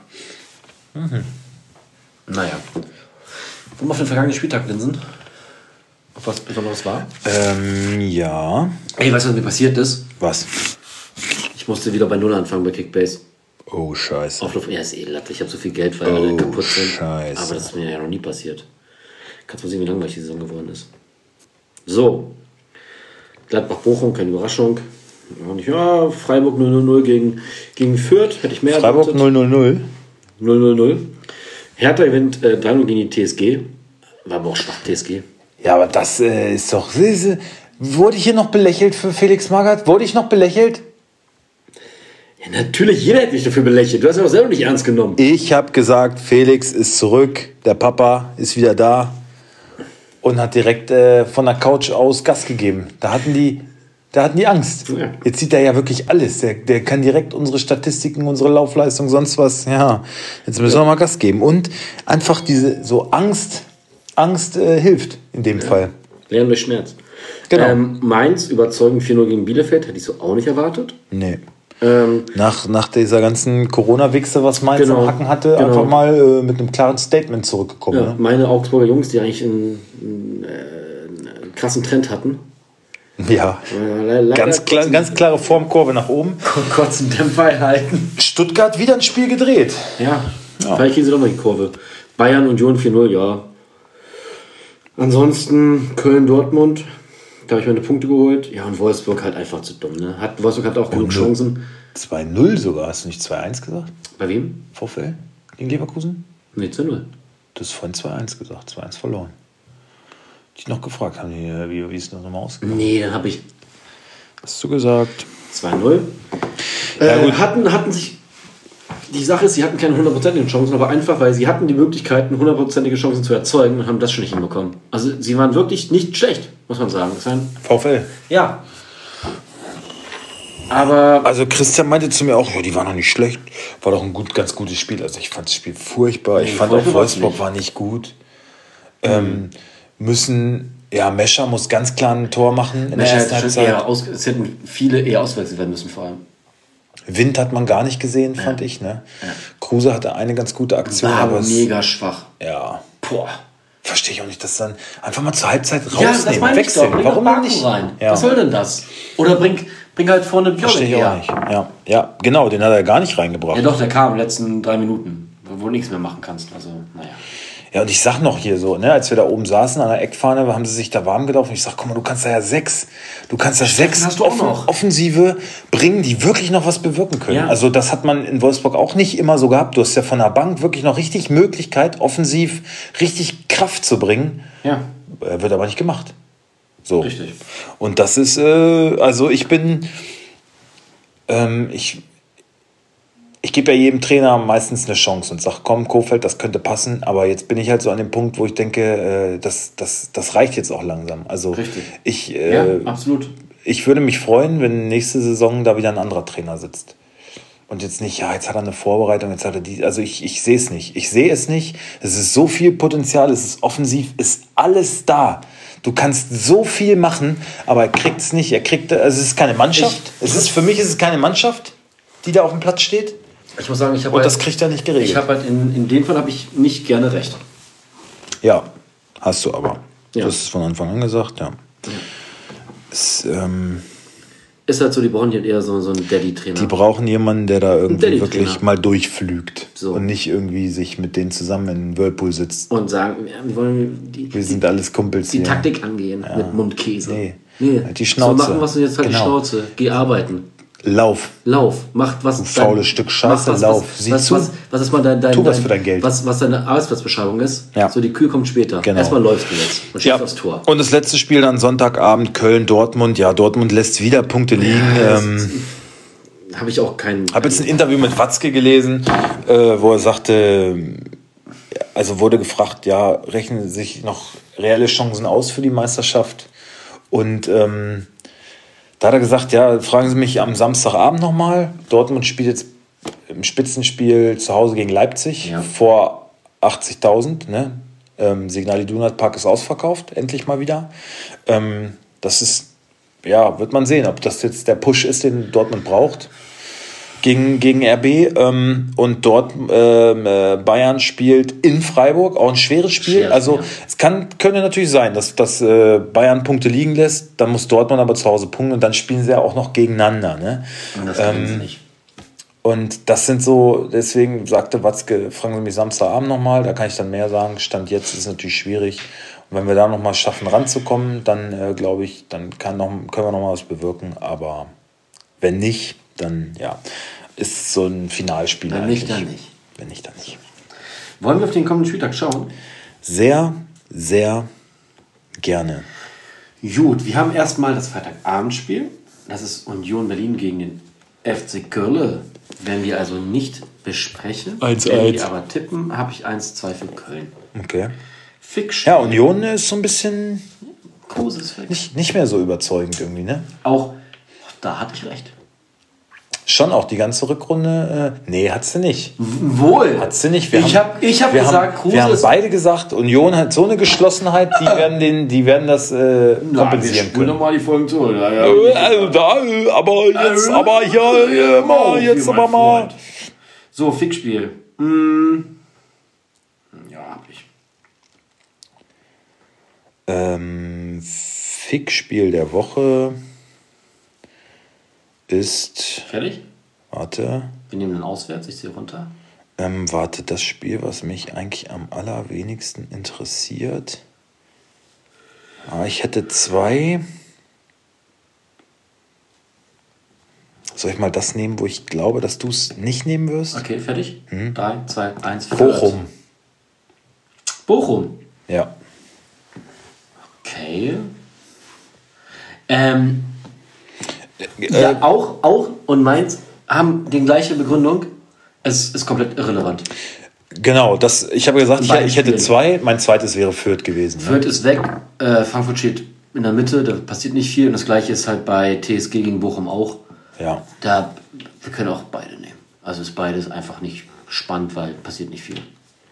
S2: Naja. Wollen wir auf den vergangenen Spieltag linsen? Ob was Besonderes war?
S1: Ja.
S2: Ey, weißt du, was mir passiert ist?
S1: Was?
S2: Ich musste wieder bei Null anfangen bei Kickbase.
S1: Oh, scheiße.
S2: Ist Latte. Ich habe so viel Geld, weil alle kaputt sind.
S1: Scheiße.
S2: Aber das ist mir ja noch nie passiert. Kannst du sehen, wie langweilig die Saison geworden ist. So. Gladbach-Bochum, keine Überraschung. Ja, Freiburg 0-0 gegen Fürth. Hätte ich mehr
S1: Freiburg 0-0.
S2: 0-0. Hertha gewinnt 3-0 gegen die TSG. War aber auch schwach, TSG.
S1: Ja, aber das ist doch... Wurde ich hier noch belächelt für Felix Magath? Wurde ich noch belächelt?
S2: Ja, natürlich, jeder hätte mich dafür belächelt. Du hast ja auch selber nicht ernst genommen.
S1: Ich habe gesagt, Felix ist zurück, der Papa ist wieder da und hat direkt von der Couch aus Gas gegeben. Da hatten die Angst. Ja. Jetzt sieht er ja wirklich alles. Der kann direkt unsere Statistiken, unsere Laufleistung, sonst was. Ja, jetzt müssen wir mal Gas geben. Und einfach diese so Angst hilft in dem Fall.
S2: Lernen durch Schmerz.
S1: Genau.
S2: Mainz überzeugend 4-0 gegen Bielefeld. Hätte ich so auch nicht erwartet.
S1: Nee. Nach dieser ganzen Corona-Wichse, was Mainz am Hacken hatte, einfach mal mit einem klaren Statement zurückgekommen.
S2: Ja,
S1: ne?
S2: Meine Augsburger Jungs, die eigentlich einen krassen Trend hatten.
S1: Ja, ganz klare Formkurve nach oben.
S2: Kurzen Dämpfer erhalten.
S1: Stuttgart wieder ein Spiel gedreht.
S2: Ja. Vielleicht gehen sie doch mal die Kurve. Bayern, Union 4-0, ja. Ansonsten Köln-Dortmund. Da habe ich meine Punkte geholt. Ja, und Wolfsburg halt einfach zu dumm. Ne? Wolfsburg hat auch genug Chancen.
S1: 2-0 sogar. Hast du nicht 2-1 gesagt?
S2: Bei wem?
S1: VfL? Gegen Leverkusen?
S2: Nee, 2-0.
S1: Du hast vorhin 2-1 gesagt. 2-1 verloren. Ich noch gefragt, haben die, wie ist das nochmal ausgegangen?
S2: Nee, dann habe ich...
S1: Hast du gesagt?
S2: 2-0. Ja, gut. Hatten sich Die Sache ist, sie hatten keine 100%igen Chancen, aber einfach, weil sie hatten die Möglichkeiten, 100%ige Chancen zu erzeugen und haben das schon nicht hinbekommen. Also sie waren wirklich nicht schlecht, muss man sagen.
S1: VfL.
S2: Ja. Aber...
S1: Also Christian meinte zu mir auch, ja, die waren noch nicht schlecht. War doch ein ganz gutes Spiel. Also ich fand das Spiel furchtbar. Ich fand auch Wolfsburg war nicht gut. Mescher muss ganz klar ein Tor machen in der ersten Halbzeit.
S2: Es hätten viele eher auswechseln werden müssen vor allem.
S1: Wind hat man gar nicht gesehen, fand ich. Ne? Ja. Kruse hatte eine ganz gute Aktion.
S2: Aber mega schwach.
S1: Ja.
S2: Boah.
S1: Verstehe ich auch nicht, dass dann einfach mal zur Halbzeit rausnehmen,
S2: ja,
S1: wechseln. Warum nicht?
S2: Rein. Ja. Was soll denn das? Oder bring halt vorne Björn.
S1: Verstehe ich auch nicht. Ja, genau, den hat er gar nicht reingebracht.
S2: Ja doch, der kam in den letzten 3 Minuten, wo du nichts mehr machen kannst. Also, naja.
S1: Ja, und ich sag noch hier so, ne, als wir da oben saßen an der Eckfahne, haben sie sich da warm gelaufen. Ich sag, guck mal, du kannst da ja 6 Offensive bringen, die wirklich noch was bewirken können. Ja. Also das hat man in Wolfsburg auch nicht immer so gehabt. Du hast ja von der Bank wirklich noch richtig Möglichkeit, offensiv richtig Kraft zu bringen.
S2: Ja.
S1: Wird aber nicht gemacht. So.
S2: Richtig.
S1: Und das ist, also ich gebe ja jedem Trainer meistens eine Chance und sage, komm, Kohfeldt, das könnte passen. Aber jetzt bin ich halt so an dem Punkt, wo ich denke, das reicht jetzt auch langsam. Also
S2: richtig. Absolut.
S1: Ich würde mich freuen, wenn nächste Saison da wieder ein anderer Trainer sitzt. Und jetzt nicht, jetzt hat er eine Vorbereitung, jetzt hat er die. Also ich sehe es nicht. Ich sehe es nicht. Es ist so viel Potenzial, es ist offensiv, ist alles da. Du kannst so viel machen, aber er kriegt es nicht. Also es ist keine Mannschaft. Für mich ist es keine Mannschaft, die da auf dem Platz steht.
S2: Ich muss sagen,
S1: das kriegt er nicht geregelt.
S2: Ich habe halt in dem Fall habe ich nicht gerne recht.
S1: Ja, hast du aber. Ja. Du hast es von Anfang an gesagt, ja. Es,
S2: ist halt so, die brauchen halt eher so einen Daddy-Trainer.
S1: Die brauchen jemanden, der da irgendwie wirklich mal durchflügt. So. Und nicht irgendwie sich mit denen zusammen in den Whirlpool sitzt.
S2: Und sagen, wir sind
S1: alles Kumpels
S2: die Taktik angehen mit Mundkäse.
S1: Nee.
S2: Halt
S1: die Schnauze.
S2: So machen was du jetzt halt die Schnauze. Geh arbeiten.
S1: Lauf.
S2: Macht was.
S1: Du faules Stück Scheiße, lauf.
S2: Was ist mal
S1: tu was für dein Geld.
S2: Was deine Arbeitsplatzbeschreibung ist.
S1: Ja.
S2: So, die Kühe kommt später.
S1: Genau.
S2: Erstmal läufst du jetzt und schießt aufs Tor.
S1: Und das letzte Spiel dann Sonntagabend, Köln-Dortmund. Ja, Dortmund lässt wieder Punkte liegen.
S2: Habe ich auch keinen...
S1: Habe jetzt ein Interview mit Watzke gelesen, wo er sagte, also wurde gefragt, rechnen sich noch reelle Chancen aus für die Meisterschaft? Und da hat er gesagt, fragen Sie mich am Samstagabend nochmal. Dortmund spielt jetzt im Spitzenspiel zu Hause gegen Leipzig vor 80.000. Ne? Signal Iduna Park ist ausverkauft, endlich mal wieder. Das ist, wird man sehen, ob das jetzt der Push ist, den Dortmund braucht gegen RB. Und dort Bayern spielt in Freiburg, auch ein schweres Spiel. Es könnte natürlich sein, dass Bayern Punkte liegen lässt, dann muss Dortmund aber zu Hause punkten und dann spielen sie ja auch noch gegeneinander. Ne?
S2: Und das können sie nicht.
S1: Und das sind so, deswegen sagte Watzke, fragen Sie mich Samstagabend nochmal, da kann ich dann mehr sagen. Stand jetzt ist es natürlich schwierig. Und wenn wir da nochmal schaffen, ranzukommen, dann glaube ich, dann können wir nochmal was bewirken. Aber wenn nicht, dann ist so ein Finalspiel.
S2: Wenn nicht, dann nicht.
S1: Wenn nicht, dann nicht.
S2: Wollen wir auf den kommenden Spieltag schauen?
S1: Sehr, sehr gerne.
S2: Gut, wir haben erstmal das Freitagabendspiel. Das ist Union Berlin gegen den FC Köln. Werden wir also nicht besprechen.
S1: 1-1.
S2: Wenn wir aber tippen, habe ich 1-2 für Köln.
S1: Okay.
S2: Fixspiel.
S1: Ja, Union ist so ein bisschen
S2: Großes
S1: nicht mehr so überzeugend irgendwie, ne?
S2: Auch da hatte ich recht.
S1: Schon auch die ganze Rückrunde. Nee, hat sie nicht.
S2: Wohl.
S1: Hat sie nicht.
S2: Ich hab gesagt, Kruse.
S1: Wir haben beide gesagt, Union hat so eine Geschlossenheit, die werden das kompensieren können.
S2: Nochmal die Folgen zu.
S1: Jetzt aber mal.
S2: So, Fixspiel. Ja, hab ich.
S1: Fixspiel der Woche ist...
S2: Fertig?
S1: Warte.
S2: Wir nehmen den auswärts, ich ziehe runter.
S1: Das Spiel, was mich eigentlich am allerwenigsten interessiert. Ich hätte 2. Soll ich mal das nehmen, wo ich glaube, dass du es nicht nehmen wirst?
S2: Okay, fertig? 3, 2, 1,
S1: Bochum. Ja.
S2: Okay. Ja, auch und Mainz haben die gleiche Begründung. Es ist komplett irrelevant.
S1: Genau, ich habe gesagt, ich hätte
S2: Spielen.
S1: 2. Mein zweites wäre Fürth gewesen. Ne?
S2: Fürth ist weg. Frankfurt steht in der Mitte. Da passiert nicht viel. Und das Gleiche ist halt bei TSG gegen Bochum auch.
S1: Ja.
S2: Wir können auch beide nehmen. Also ist beides einfach nicht spannend, weil passiert nicht viel.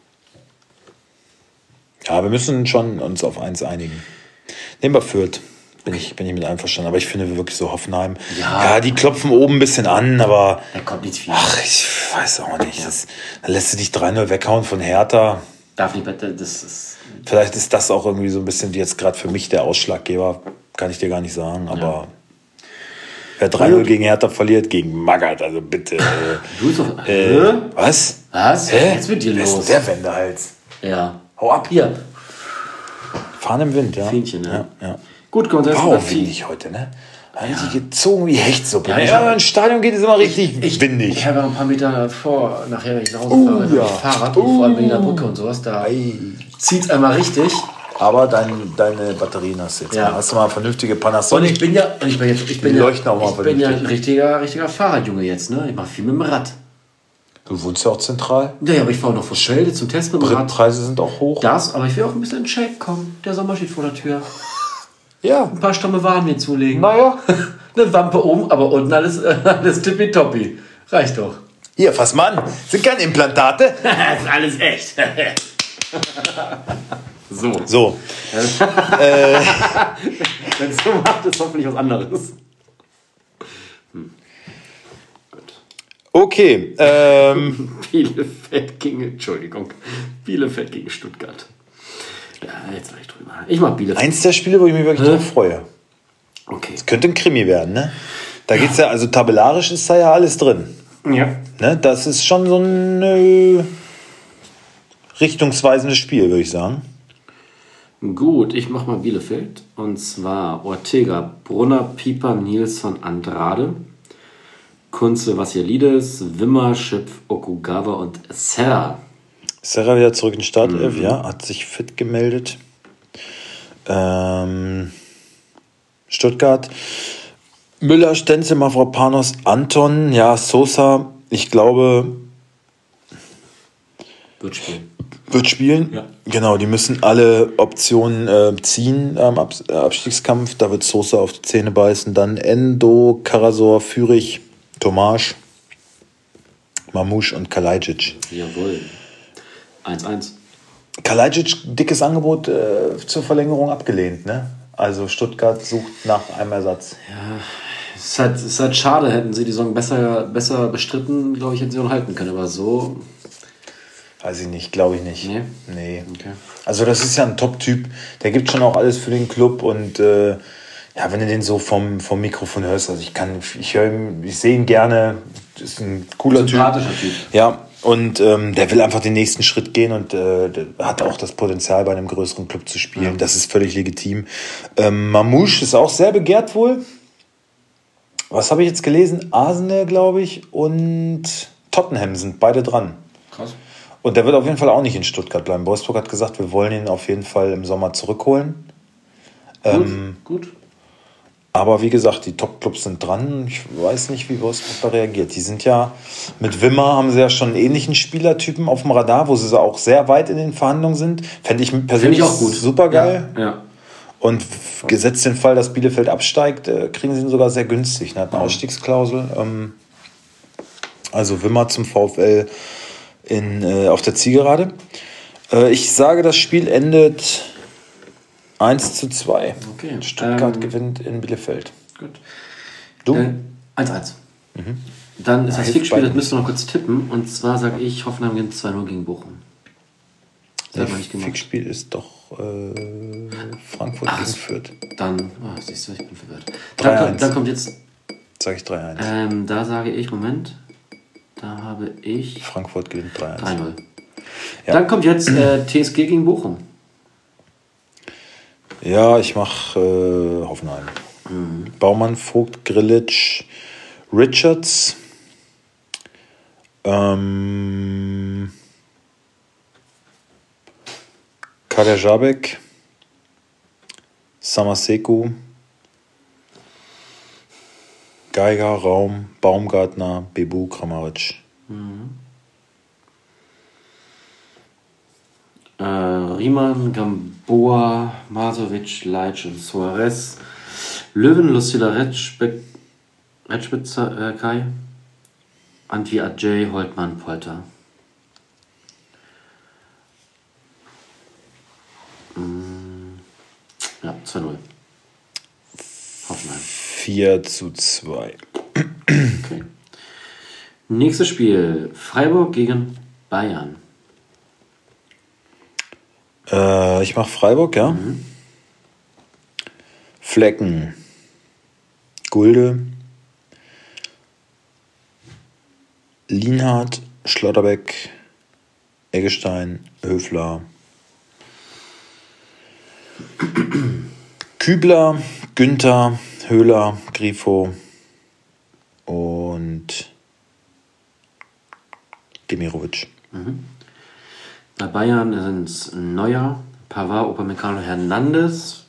S1: Ja, wir müssen schon uns auf eins einigen. Nehmen wir Fürth. Bin ich mit einverstanden. Aber ich finde wirklich so Hoffenheim. Ja, die klopfen oben ein bisschen an, aber.
S2: Da kommt nichts viel.
S1: Ach, ich weiß auch nicht. Ja. Da lässt du dich 3-0 weghauen von Hertha.
S2: Darf nicht, das ist.
S1: Vielleicht ist das auch irgendwie so ein bisschen jetzt gerade für mich der Ausschlaggeber. Kann ich dir gar nicht sagen. Aber wer 3-0 gegen Hertha verliert, gegen Magath, also bitte.
S2: Du bist doch.
S1: Was?
S2: Was?
S1: Hä?
S2: Jetzt wird dir los.
S1: Ist der Wendehals.
S2: Ja.
S1: Hau ab.
S2: Hier.
S1: Fahren im Wind, ja.
S2: Fähnchen, ja.
S1: Ja.
S2: Gut, kommt das.
S1: Wow, windig heute, ne? Richtig gezogen wie Hechtsuppe. Ja, wenn man ins Stadion geht, ist immer richtig windig.
S2: Ich habe ein paar Meter nachher, wenn ich nach Hause fahre, mit dem Fahrrad und vor allem wegen der Brücke und sowas, da zieht es einmal richtig.
S1: Aber deine Batterien hast du jetzt mal. Hast du mal vernünftige Panasonic?
S2: Und ich bin ja ein richtiger Fahrradjunge jetzt, ne? Ich mache viel mit dem Rad.
S1: Du wohnst ja auch zentral.
S2: Ja, aber ich fahre noch vor Schwelde zum Test mit dem Rad.
S1: Preise sind auch hoch.
S2: Aber ich will auch ein bisschen in Shape kommen. Der Sommer steht vor der Tür.
S1: Ja.
S2: Ein paar Stamme Waren mir zulegen.
S1: Naja.
S2: Eine Wampe oben, aber unten alles tippitoppi. Reicht doch.
S1: Hier, fass mal an. Sind keine Implantate.
S2: Das ist alles echt.
S1: So.
S2: Wenn es so macht, ist hoffentlich was anderes. Gut.
S1: Okay.
S2: Bielefeld gegen Stuttgart. Ja, jetzt war ich drüber. Ich mag Bielefeld.
S1: Eins der Spiele, wo ich mich wirklich drauf freue.
S2: Okay.
S1: Es könnte ein Krimi werden, ne? Da geht's ja, also tabellarisch ist da ja alles drin.
S2: Ja.
S1: Ne? Das ist schon so ein richtungsweisendes Spiel, würde ich sagen.
S2: Gut, ich mach mal Bielefeld. Und zwar Ortega, Brunner, Pieper, Nilsson, Andrade, Kunze, Vassilides, Wimmer, Schipf, Okugawa und Serra.
S1: Serra wieder zurück in den Startelf, ja, hat sich fit gemeldet. Stuttgart. Müller, Stenzel, Mavropanos, Anton, ja, Sosa, ich glaube, wird spielen.
S2: Ja.
S1: Genau, die müssen alle Optionen ziehen am Abstiegskampf. Da wird Sosa auf die Zähne beißen. Dann Endo, Karasor, Fürich, Tomasch, Mamouche und Kalajdzic.
S2: Jawohl. 1-1.
S1: Kalajdzic, dickes Angebot zur Verlängerung abgelehnt, ne? Also Stuttgart sucht nach einem Ersatz.
S2: Ja, es ist halt schade, hätten sie die Saison besser bestritten, glaube ich, hätten sie auch halten können, aber so...
S1: Weiß ich nicht, glaube ich nicht. Nee.
S2: Okay.
S1: Also das ist ja ein Top-Typ, der gibt schon auch alles für den Club und ja, wenn du den so vom Mikrofon hörst, also ich sehe ihn gerne, ist ein cooler
S2: Sympathischer Typ.
S1: Ja, und der will einfach den nächsten Schritt gehen und der hat auch das Potenzial, bei einem größeren Club zu spielen. Ja. Das ist völlig legitim. Mamouche ist auch sehr begehrt wohl. Was habe ich jetzt gelesen? Arsenal, glaube ich, und Tottenham sind beide dran.
S2: Krass.
S1: Und der wird auf jeden Fall auch nicht in Stuttgart bleiben. Wolfsburg hat gesagt, wir wollen ihn auf jeden Fall im Sommer zurückholen.
S2: Gut.
S1: Aber wie gesagt, die Top-Clubs sind dran. Ich weiß nicht, wie Wolfsburg da reagiert. Die sind ja, mit Wimmer haben sie ja schon einen ähnlichen Spielertypen auf dem Radar, wo sie auch sehr weit in den Verhandlungen sind. Fände ich persönlich auch gut. Super geil.
S2: Ja.
S1: Und gesetzt den Fall, dass Bielefeld absteigt, kriegen sie ihn sogar sehr günstig. Er hat eine Ausstiegsklausel. Also Wimmer zum VfL auf der Zielgerade. Ich sage, das Spiel endet 1-2.
S2: Okay.
S1: Stuttgart gewinnt in Bielefeld.
S2: Gut.
S1: Du?
S2: 1-1. Dann ist das Fixspiel, das müssen wir noch kurz tippen. Und zwar sage ich, Hoffenheim gewinnt 2-0 gegen Bochum.
S1: Das Fixspiel ist doch Frankfurt gegen Fürth.
S2: Dann, siehst du, ich bin verwirrt. Dann kommt jetzt...
S1: Sage ich 3-1.
S2: Da sage ich, Moment... Da habe ich...
S1: Frankfurt gewinnt 3-1.
S2: 3-0. Ja. Dann kommt jetzt TSG gegen Bochum.
S1: Ja, ich mache Hoffenheim. Baumann, Vogt, Grillitsch, Richards. Kaderabek. Samaseku. Geiger, Raum, Baumgartner, Bebu, Kramaric.
S2: Riemann, Gamboa, Masovic, Leitsch und Suarez. Löwen, Lucilla Retschwitzer, Kai. Antwi Ajay, Holtmann, Polter. Ja, 2-0. Hoffenheim.
S1: 4:2.
S2: Okay. Nächstes Spiel. Freiburg gegen Bayern.
S1: Ich mache Freiburg, ja. Flecken. Gulde. Lienhardt, Schlotterbeck, Eggestein, Höfler. Kübler, Günther, Höhler, Grifo und Demirovic.
S2: Bei Bayern sind es Neuer, Pavard, Upamecano, Hernandez,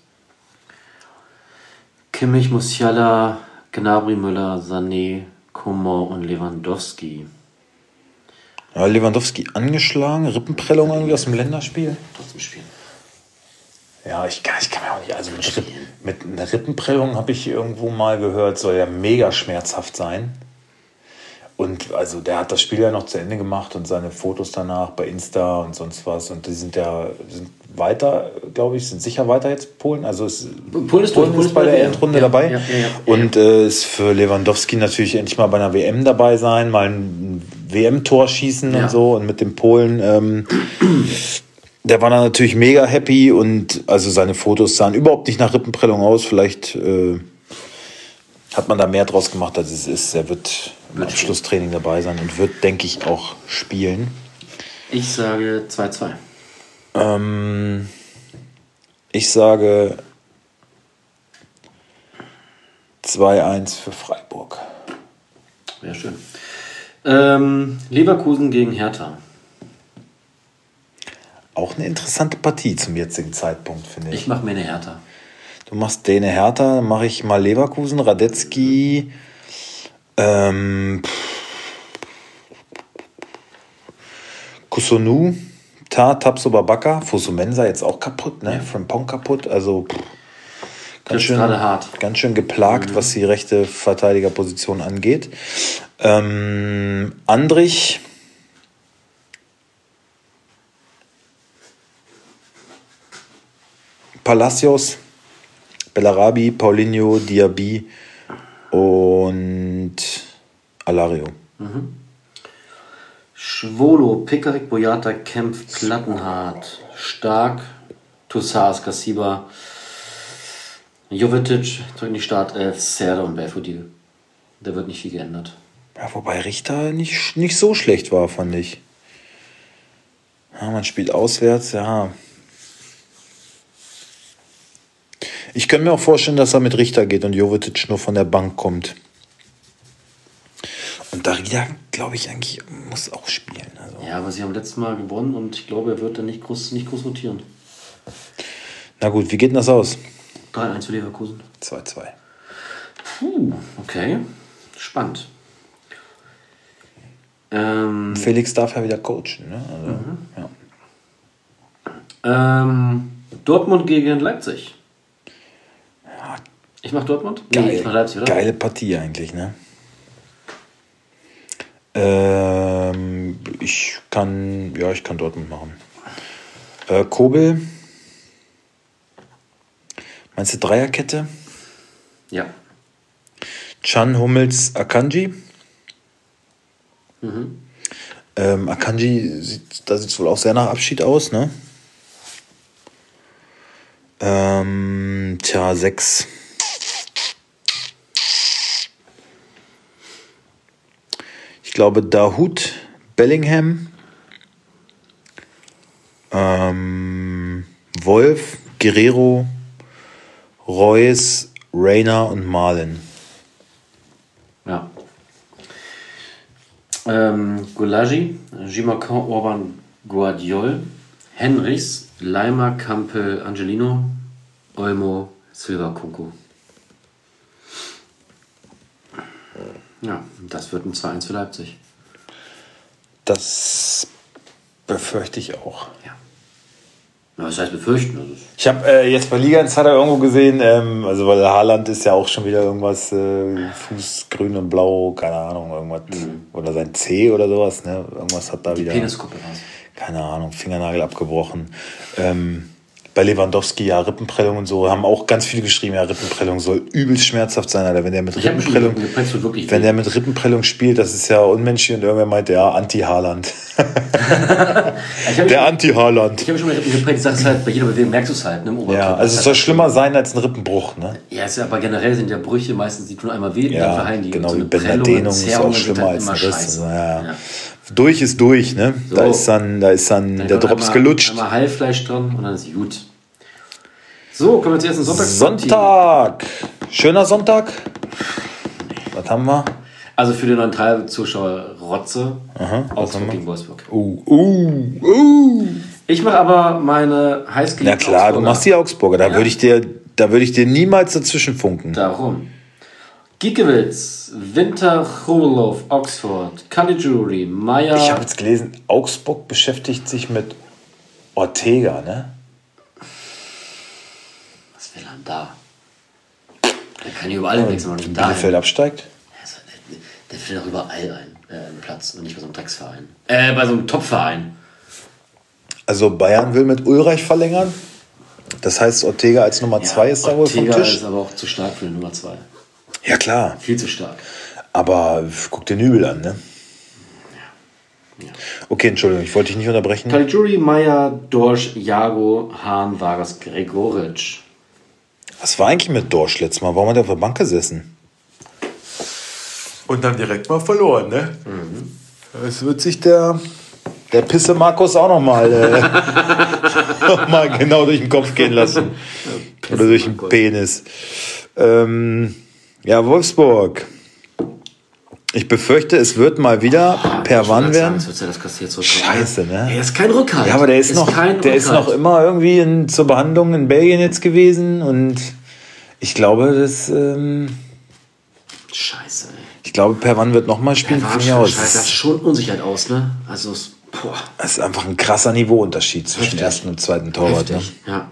S2: Kimmich, Musiala, Gnabry, Müller, Sané, Coman und Lewandowski.
S1: Ja, Lewandowski angeschlagen, Rippenprellung irgendwie aus dem Länderspiel.
S2: Trotzdem spielen.
S1: Ja, ich kann mir auch nicht. Also mit einer Rippenprellung habe ich irgendwo mal gehört, soll ja mega schmerzhaft sein. Und also der hat das Spiel ja noch zu Ende gemacht und seine Fotos danach bei Insta und sonst was. Und die sind weiter, glaube ich, sind sicher weiter jetzt Polen. Also
S2: Polen ist
S1: bei der Endrunde dabei.
S2: Ja.
S1: Und ist für Lewandowski natürlich endlich mal bei einer WM dabei sein, mal ein WM-Tor schießen und so. Und mit dem Polen, der war dann natürlich mega happy und also seine Fotos sahen überhaupt nicht nach Rippenprellung aus. Vielleicht hat man da mehr draus gemacht, als es ist. Er wird im Abschlusstraining dabei sein und wird, denke ich, auch spielen.
S2: Ich sage 2-2.
S1: Ich sage 2-1 für Freiburg.
S2: Sehr schön. Leverkusen gegen Hertha.
S1: Auch eine interessante Partie zum jetzigen Zeitpunkt, finde ich.
S2: Ich mache mir eine Hertha.
S1: Du machst eine Hertha, dann mache ich mal Leverkusen, Radetzky, Kusonu, Tapso Babaka, Fosumensa jetzt auch kaputt, ne? Frimpong kaputt, also ganz schön geplagt, was die rechte Verteidigerposition angeht. Andrich, Palacios, Bellarabi, Paulinho, Diaby und Alario.
S2: Schwolo, Pickerick, Boyata, Kempf, Plattenhardt, Stark, Toussaint, Kassiba, Jovetic, zurück in die Startelf, Serda und Belfodil. Da wird nicht viel geändert.
S1: Ja, wobei Richter nicht so schlecht war, fand ich. Ja, man spielt auswärts, ja. Ich könnte mir auch vorstellen, dass er mit Richter geht und Jovetic nur von der Bank kommt. Und Darida, glaube ich, eigentlich muss auch spielen. Also.
S2: Ja, aber sie haben letztes Mal gewonnen und ich glaube, er wird dann nicht groß rotieren.
S1: Na gut, wie geht denn das aus?
S2: 3-1 für Leverkusen.
S1: 2-2.
S2: Okay. Spannend.
S1: Felix darf ja wieder coachen, ne? Also, ja.
S2: Dortmund gegen Leipzig. Ich mach Dortmund? Nee, ich mach Leipzig, oder?
S1: Geile Partie eigentlich, ne? Ich kann Dortmund machen. Kobel. Meinst du Dreierkette?
S2: Ja.
S1: Can, Hummels, Akanji. Akanji sieht es wohl auch sehr nach Abschied aus, ne? 6. Ich glaube Dahoud, Bellingham, Wolf, Guerrero, Reus, Reina und Malen.
S2: Ja. Gulagi, Gimacan, Orban, Guardiol, Henrichs, Leimer, Kampel, Angelino, Olmo, Silva, Kunku. Ja, das wird ein 2-1 für Leipzig.
S1: Das befürchte ich auch.
S2: Ja. Ja, was heißt befürchten? Also
S1: Ich habe jetzt bei Liga Insider irgendwo gesehen, also weil Haaland ist ja auch schon wieder irgendwas Fuß grün und blau, keine Ahnung, irgendwas. Oder sein C oder sowas, ne? Irgendwas hat da
S2: die
S1: wieder.
S2: Peniskuppe was.
S1: Keine Ahnung, Fingernagel abgebrochen. Bei Lewandowski, ja, Rippenprellung und so, haben auch ganz viele geschrieben, ja, Rippenprellung soll übelst schmerzhaft sein, Alter. Wenn der mit Rippenprellung, der mit Rippenprellung spielt, das ist ja unmenschlich. Und irgendwer meinte, ja, Anti-Haaland. Der Anti-Haaland.
S2: Ich habe schon mal Rippen geprägt, ich sage es halt, bei jeder Bewegung merkst du es halt, ne?
S1: Ja, also es soll schlimmer sein als ein Rippenbruch, ne?
S2: Ja, ist ja, aber generell sind ja Brüche meistens, die tun einmal weh,
S1: ja,
S2: dann verheilen die.
S1: genau,
S2: so
S1: wie Bänderdehnung ist auch schlimmer als ein Riss. Ja. Durch ist durch, ne? So. Da ist dann der Drops gelutscht.
S2: Einmal Heilfleisch dran und dann ist gut. So, kommen wir jetzt erst
S1: Sonntag. Schöner Sonntag. Was haben wir?
S2: Also für den neuen Zuschauer Rotze. Augsburg gegen Wolfsburg. Ich mache aber meine heißgeliebten
S1: Na klar, Augsburger. Du machst die Augsburger. Da würde ich dir niemals dazwischen funken.
S2: Darum. Giekewitz, Winter, Chobolov, Oxford, Caligiuri, Meyer.
S1: Ich habe jetzt gelesen, Augsburg beschäftigt sich mit Ortega, ne?
S2: Was will er da? Der kann hier überall wechseln.
S1: Wenn Bielefeld absteigt?
S2: Also, der findet auch überall einen Platz und nicht bei so einem Drecksverein. Bei so einem Topverein.
S1: Also Bayern will mit Ulreich verlängern. Das heißt, Ortega als Nummer 2 ist da wohl vom Tisch.
S2: Ortega ist aber auch zu stark für die Nummer 2.
S1: Ja, klar.
S2: Viel zu stark.
S1: Aber guck dir Nübel an, ne?
S2: Ja.
S1: Okay, Entschuldigung, ich wollte dich nicht unterbrechen.
S2: Caligiuri, Meyer, Dorsch, Jago, Hahn, Vargas, Gregoritsch.
S1: Was war eigentlich mit Dorsch letztes Mal? Warum hat er auf der Bank gesessen? Und dann direkt mal verloren, ne? Es wird sich der Pisse Markus auch noch mal genau durch den Kopf gehen lassen. Oder durch den Penis. Ja, Wolfsburg. Ich befürchte, es wird mal wieder per Wann werden. Scheiße, ne?
S2: Er ist kein Rückhalt.
S1: Ja, aber der ist noch immer irgendwie zur Behandlung in Belgien jetzt gewesen. Und ich glaube,
S2: Scheiße, ey.
S1: Ich glaube, per Wann wird nochmal spielen.
S2: Scheiße, das sieht schon Unsicherheit aus, ne? Also,
S1: das ist einfach ein krasser Niveauunterschied zwischen ersten und zweiten Torwart. Ne?
S2: Ja.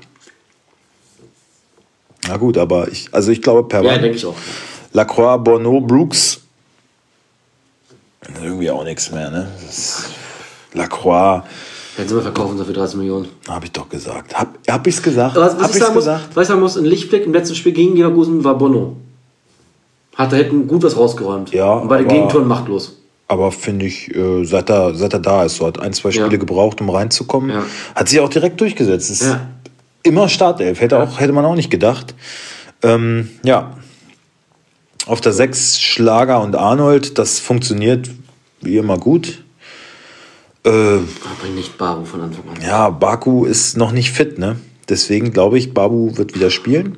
S1: Na gut, aber ich glaube, per Wann.
S2: Ja, denke ich auch.
S1: Lacroix, Borneau, Brooks. Irgendwie auch nichts mehr, ne? Lacroix.
S2: Hätten sie mal verkaufen so für 30 Millionen.
S1: Habe ich doch gesagt. Hab ich's gesagt?
S2: Was ich sagen muss, ein Lichtblick im letzten Spiel gegen Leverkusen war Bono. Da hätten gut was rausgeräumt.
S1: Ja,
S2: und bei den Gegentoren machtlos.
S1: Aber finde ich, seit er da ist, so hat 1-2 Spiele gebraucht, um reinzukommen. Ja. Hat sich auch direkt durchgesetzt. Ist immer Startelf. Hätte man auch nicht gedacht. Ja. Auf der 6 Schlager und Arnold, das funktioniert wie immer gut.
S2: Aber nicht Babu von Anfang an.
S1: Ja, Baku ist noch nicht fit, ne? Deswegen glaube ich, Babu wird wieder spielen.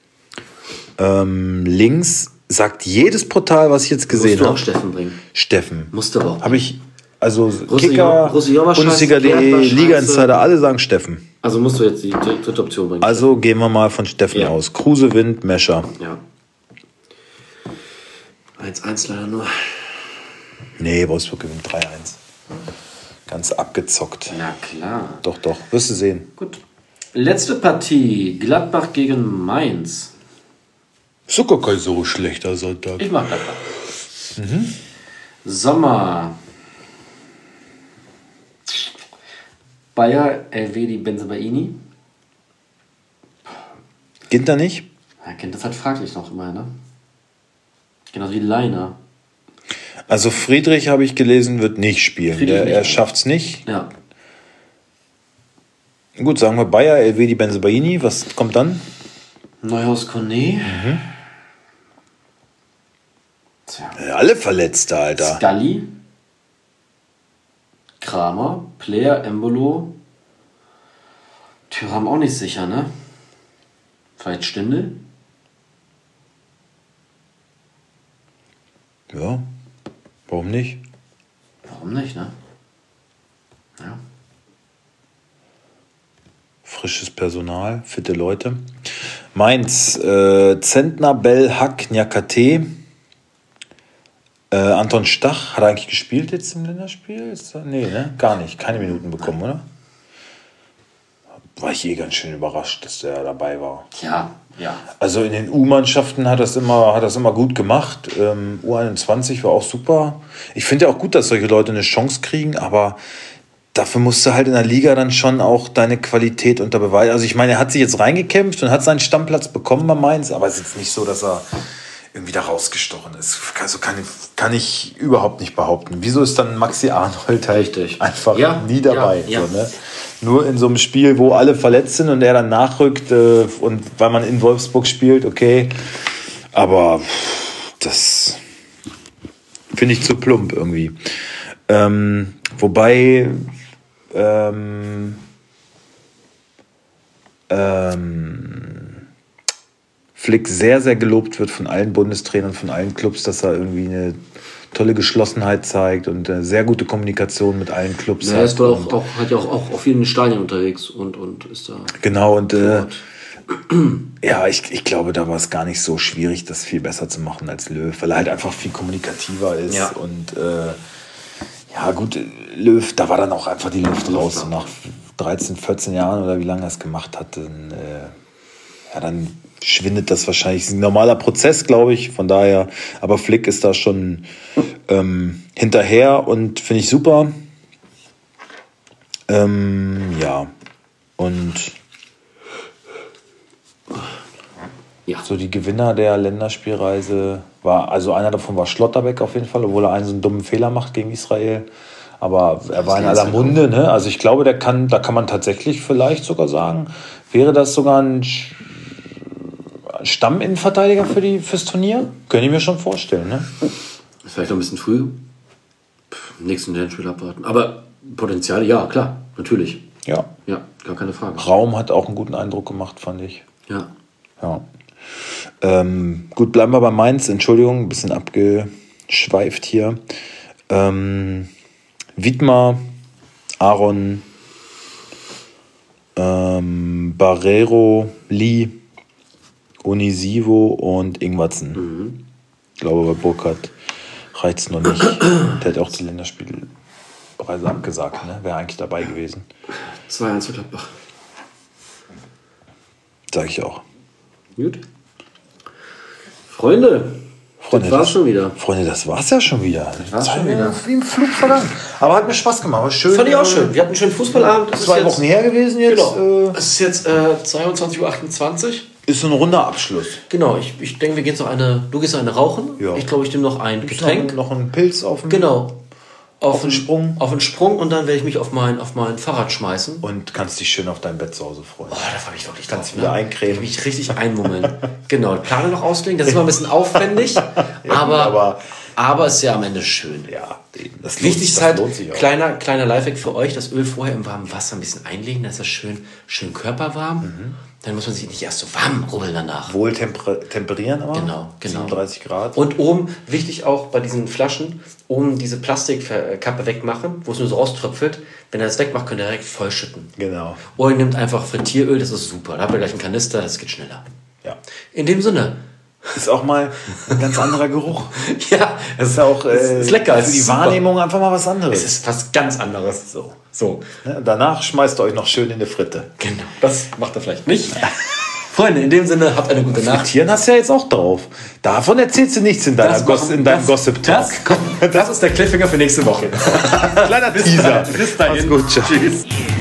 S1: Links sagt jedes Portal, was ich jetzt gesehen habe.
S2: Musst du auch Steffen bringen.
S1: Steffen.
S2: Musste aber auch.
S1: Habe ich, also Kicker, Bundesliga.de, Liga Insider, alle sagen Steffen.
S2: Also musst du jetzt die dritte Option bringen.
S1: Also gehen wir mal von Steffen aus. Kruse, Wind, Mescher.
S2: Ja. 1-1 leider nur.
S1: Nee, Wolfsburg gewinnt 3-1. Ganz abgezockt.
S2: Ja, klar.
S1: Doch. Wirst du sehen.
S2: Gut. Letzte Partie. Gladbach gegen Mainz.
S1: Ist doch gar kein so schlechter Sonntag.
S2: Ich mach Gladbach. Sommer. Bayer, Elvedi, Benzebaini.
S1: Ginter nicht?
S2: Ja, Ginter ist halt fraglich noch immer, ne? Genauso wie Leiner.
S1: Also Friedrich, habe ich gelesen, wird nicht spielen. Er schafft es nicht.
S2: Ja.
S1: Gut, sagen wir Bayer, Elvedi, Benzebaini. Was kommt dann?
S2: Neuhaus, Kone.
S1: Tja. Alle Verletzte, Alter.
S2: Scully. Kramer. Player, Embolo. Thuram auch nicht sicher, ne? Vielleicht Stindl.
S1: Ja, warum nicht?
S2: Warum nicht, ne? Ja.
S1: Frisches Personal, fitte Leute. Mainz, Zentner, Bell, Hack, Nyakate. Anton Stach, hat er eigentlich gespielt jetzt im Länderspiel? Nee, ne? Gar nicht. Keine Minuten bekommen, oder? war ich ganz schön überrascht, dass der dabei war.
S2: Ja.
S1: Also in den U-Mannschaften hat das immer gut gemacht. U21 war auch super. Ich finde ja auch gut, dass solche Leute eine Chance kriegen, aber dafür musst du halt in der Liga dann schon auch deine Qualität unter Beweis. Also ich meine, er hat sich jetzt reingekämpft und hat seinen Stammplatz bekommen bei Mainz, aber es ist jetzt nicht so, dass er irgendwie da rausgestochen ist. Also kann ich überhaupt nicht behaupten. Wieso ist dann Maxi Arnold halt einfach nie dabei?
S2: Ja.
S1: So, ne? Nur in so einem Spiel, wo alle verletzt sind und er dann nachrückt und weil man in Wolfsburg spielt, okay. Aber das finde ich zu plump irgendwie. Wobei Flick sehr, sehr gelobt wird von allen Bundestrainern, von allen Clubs, dass er irgendwie eine tolle Geschlossenheit zeigt und sehr gute Kommunikation mit allen Clubs.
S2: Ja, er ist hat ja auch auf vielen Stadien unterwegs und ist da.
S1: Genau, und ja, ich glaube, da war es gar nicht so schwierig, das viel besser zu machen als Löw, weil er halt einfach viel kommunikativer ist. Ja. Und ja gut, Löw, da war dann auch einfach die Luft raus. Nach 13, 14 Jahren oder wie lange er es gemacht hat, dann schwindet das wahrscheinlich. Das ist ein normaler Prozess, glaube ich, von daher. Aber Flick ist da schon hinterher und finde ich super. Ja, und so die Gewinner der Länderspielreise also einer davon war Schlotterbeck auf jeden Fall, obwohl er einen so einen dummen Fehler macht gegen Israel. Aber er war in aller Munde, ne? Also ich glaube, da kann man tatsächlich vielleicht sogar sagen, wäre das sogar ein Stamminnenverteidiger fürs Turnier? Könnte ich mir schon vorstellen, ne?
S2: Vielleicht noch ein bisschen früh. Nächsten Länderspiel abwarten. Aber Potenzial, ja, klar, natürlich.
S1: Ja.
S2: Ja, gar keine Frage.
S1: Raum hat auch einen guten Eindruck gemacht, fand ich.
S2: Ja.
S1: Gut, bleiben wir bei Mainz. Entschuldigung, ein bisschen abgeschweift hier. Wiedmer, Aaron, Barreiro, Lee, Onisivo und Ingwertsen. Ich glaube, bei Burkhardt reicht es noch nicht. Der hat auch die Länderspielreise abgesagt. Ne? Wäre eigentlich dabei gewesen.
S2: 2-1 für Gladbach.
S1: Sag ich auch.
S2: Gut. Freunde, das war's schon wieder.
S1: Freunde, das war's ja schon wieder.
S2: Das war's schon wieder.
S1: Wie im Flug vergangen. Aber hat mir Spaß gemacht. War schön.
S2: Fand ich auch schön. Wir hatten einen schönen Fußballabend.
S1: 2 Wochen her gewesen jetzt.
S2: Genau. Es ist jetzt 22:28 Uhr.
S1: Ist so ein runder Abschluss.
S2: Genau. Ich denke, du gehst noch eine rauchen. Ja. Ich glaube, ich nehme noch ein Getränk.
S1: Noch einen Pilz auf den
S2: Auf den Sprung. Auf den Sprung und dann werde ich mich auf mein Fahrrad schmeißen.
S1: Und kannst dich schön auf dein Bett zu Hause freuen.
S2: Oh, da freue ich wirklich
S1: drauf. Kannst wieder eincremen.
S2: Ich mich richtig einmummeln. Genau, Plane noch auslegen. Das ist immer ein bisschen aufwendig, aber es ist ja am Ende schön.
S1: Ja,
S2: das wichtig ist halt, kleiner Lifehack für euch, das Öl vorher im warmen Wasser ein bisschen einlegen, dass das schön körperwarm. Dann muss man sich nicht erst so warm rubbeln danach.
S1: Wohl temperieren aber.
S2: Genau.
S1: 37 Grad.
S2: Und oben, wichtig auch bei diesen Flaschen, oben diese Plastikkappe wegmachen, wo es nur so rauströpfelt. Wenn er das wegmacht, könnt ihr direkt vollschütten.
S1: Genau.
S2: Oder ihr nehmt einfach Frittieröl, das ist super. Da habt ihr gleich einen Kanister, das geht schneller.
S1: Ja.
S2: In dem Sinne.
S1: Ist auch mal ein ganz anderer Geruch.
S2: Ja.
S1: Es ist auch
S2: ist lecker.
S1: Für die Wahrnehmung einfach mal was anderes.
S2: Es ist was ganz anderes. So.
S1: Ja, danach schmeißt ihr euch noch schön in eine Fritte.
S2: Genau. Das macht er vielleicht nicht. Freunde, in dem Sinne, habt eine gute Nacht.
S1: Frittieren hast du ja jetzt auch drauf. Davon erzählst du nichts in deinem Gossip-Talk.
S2: Das ist der Cliffhanger für nächste Woche.
S1: Kleiner Teaser.
S2: Bis dahin.
S1: Mach's gut. Tschüss.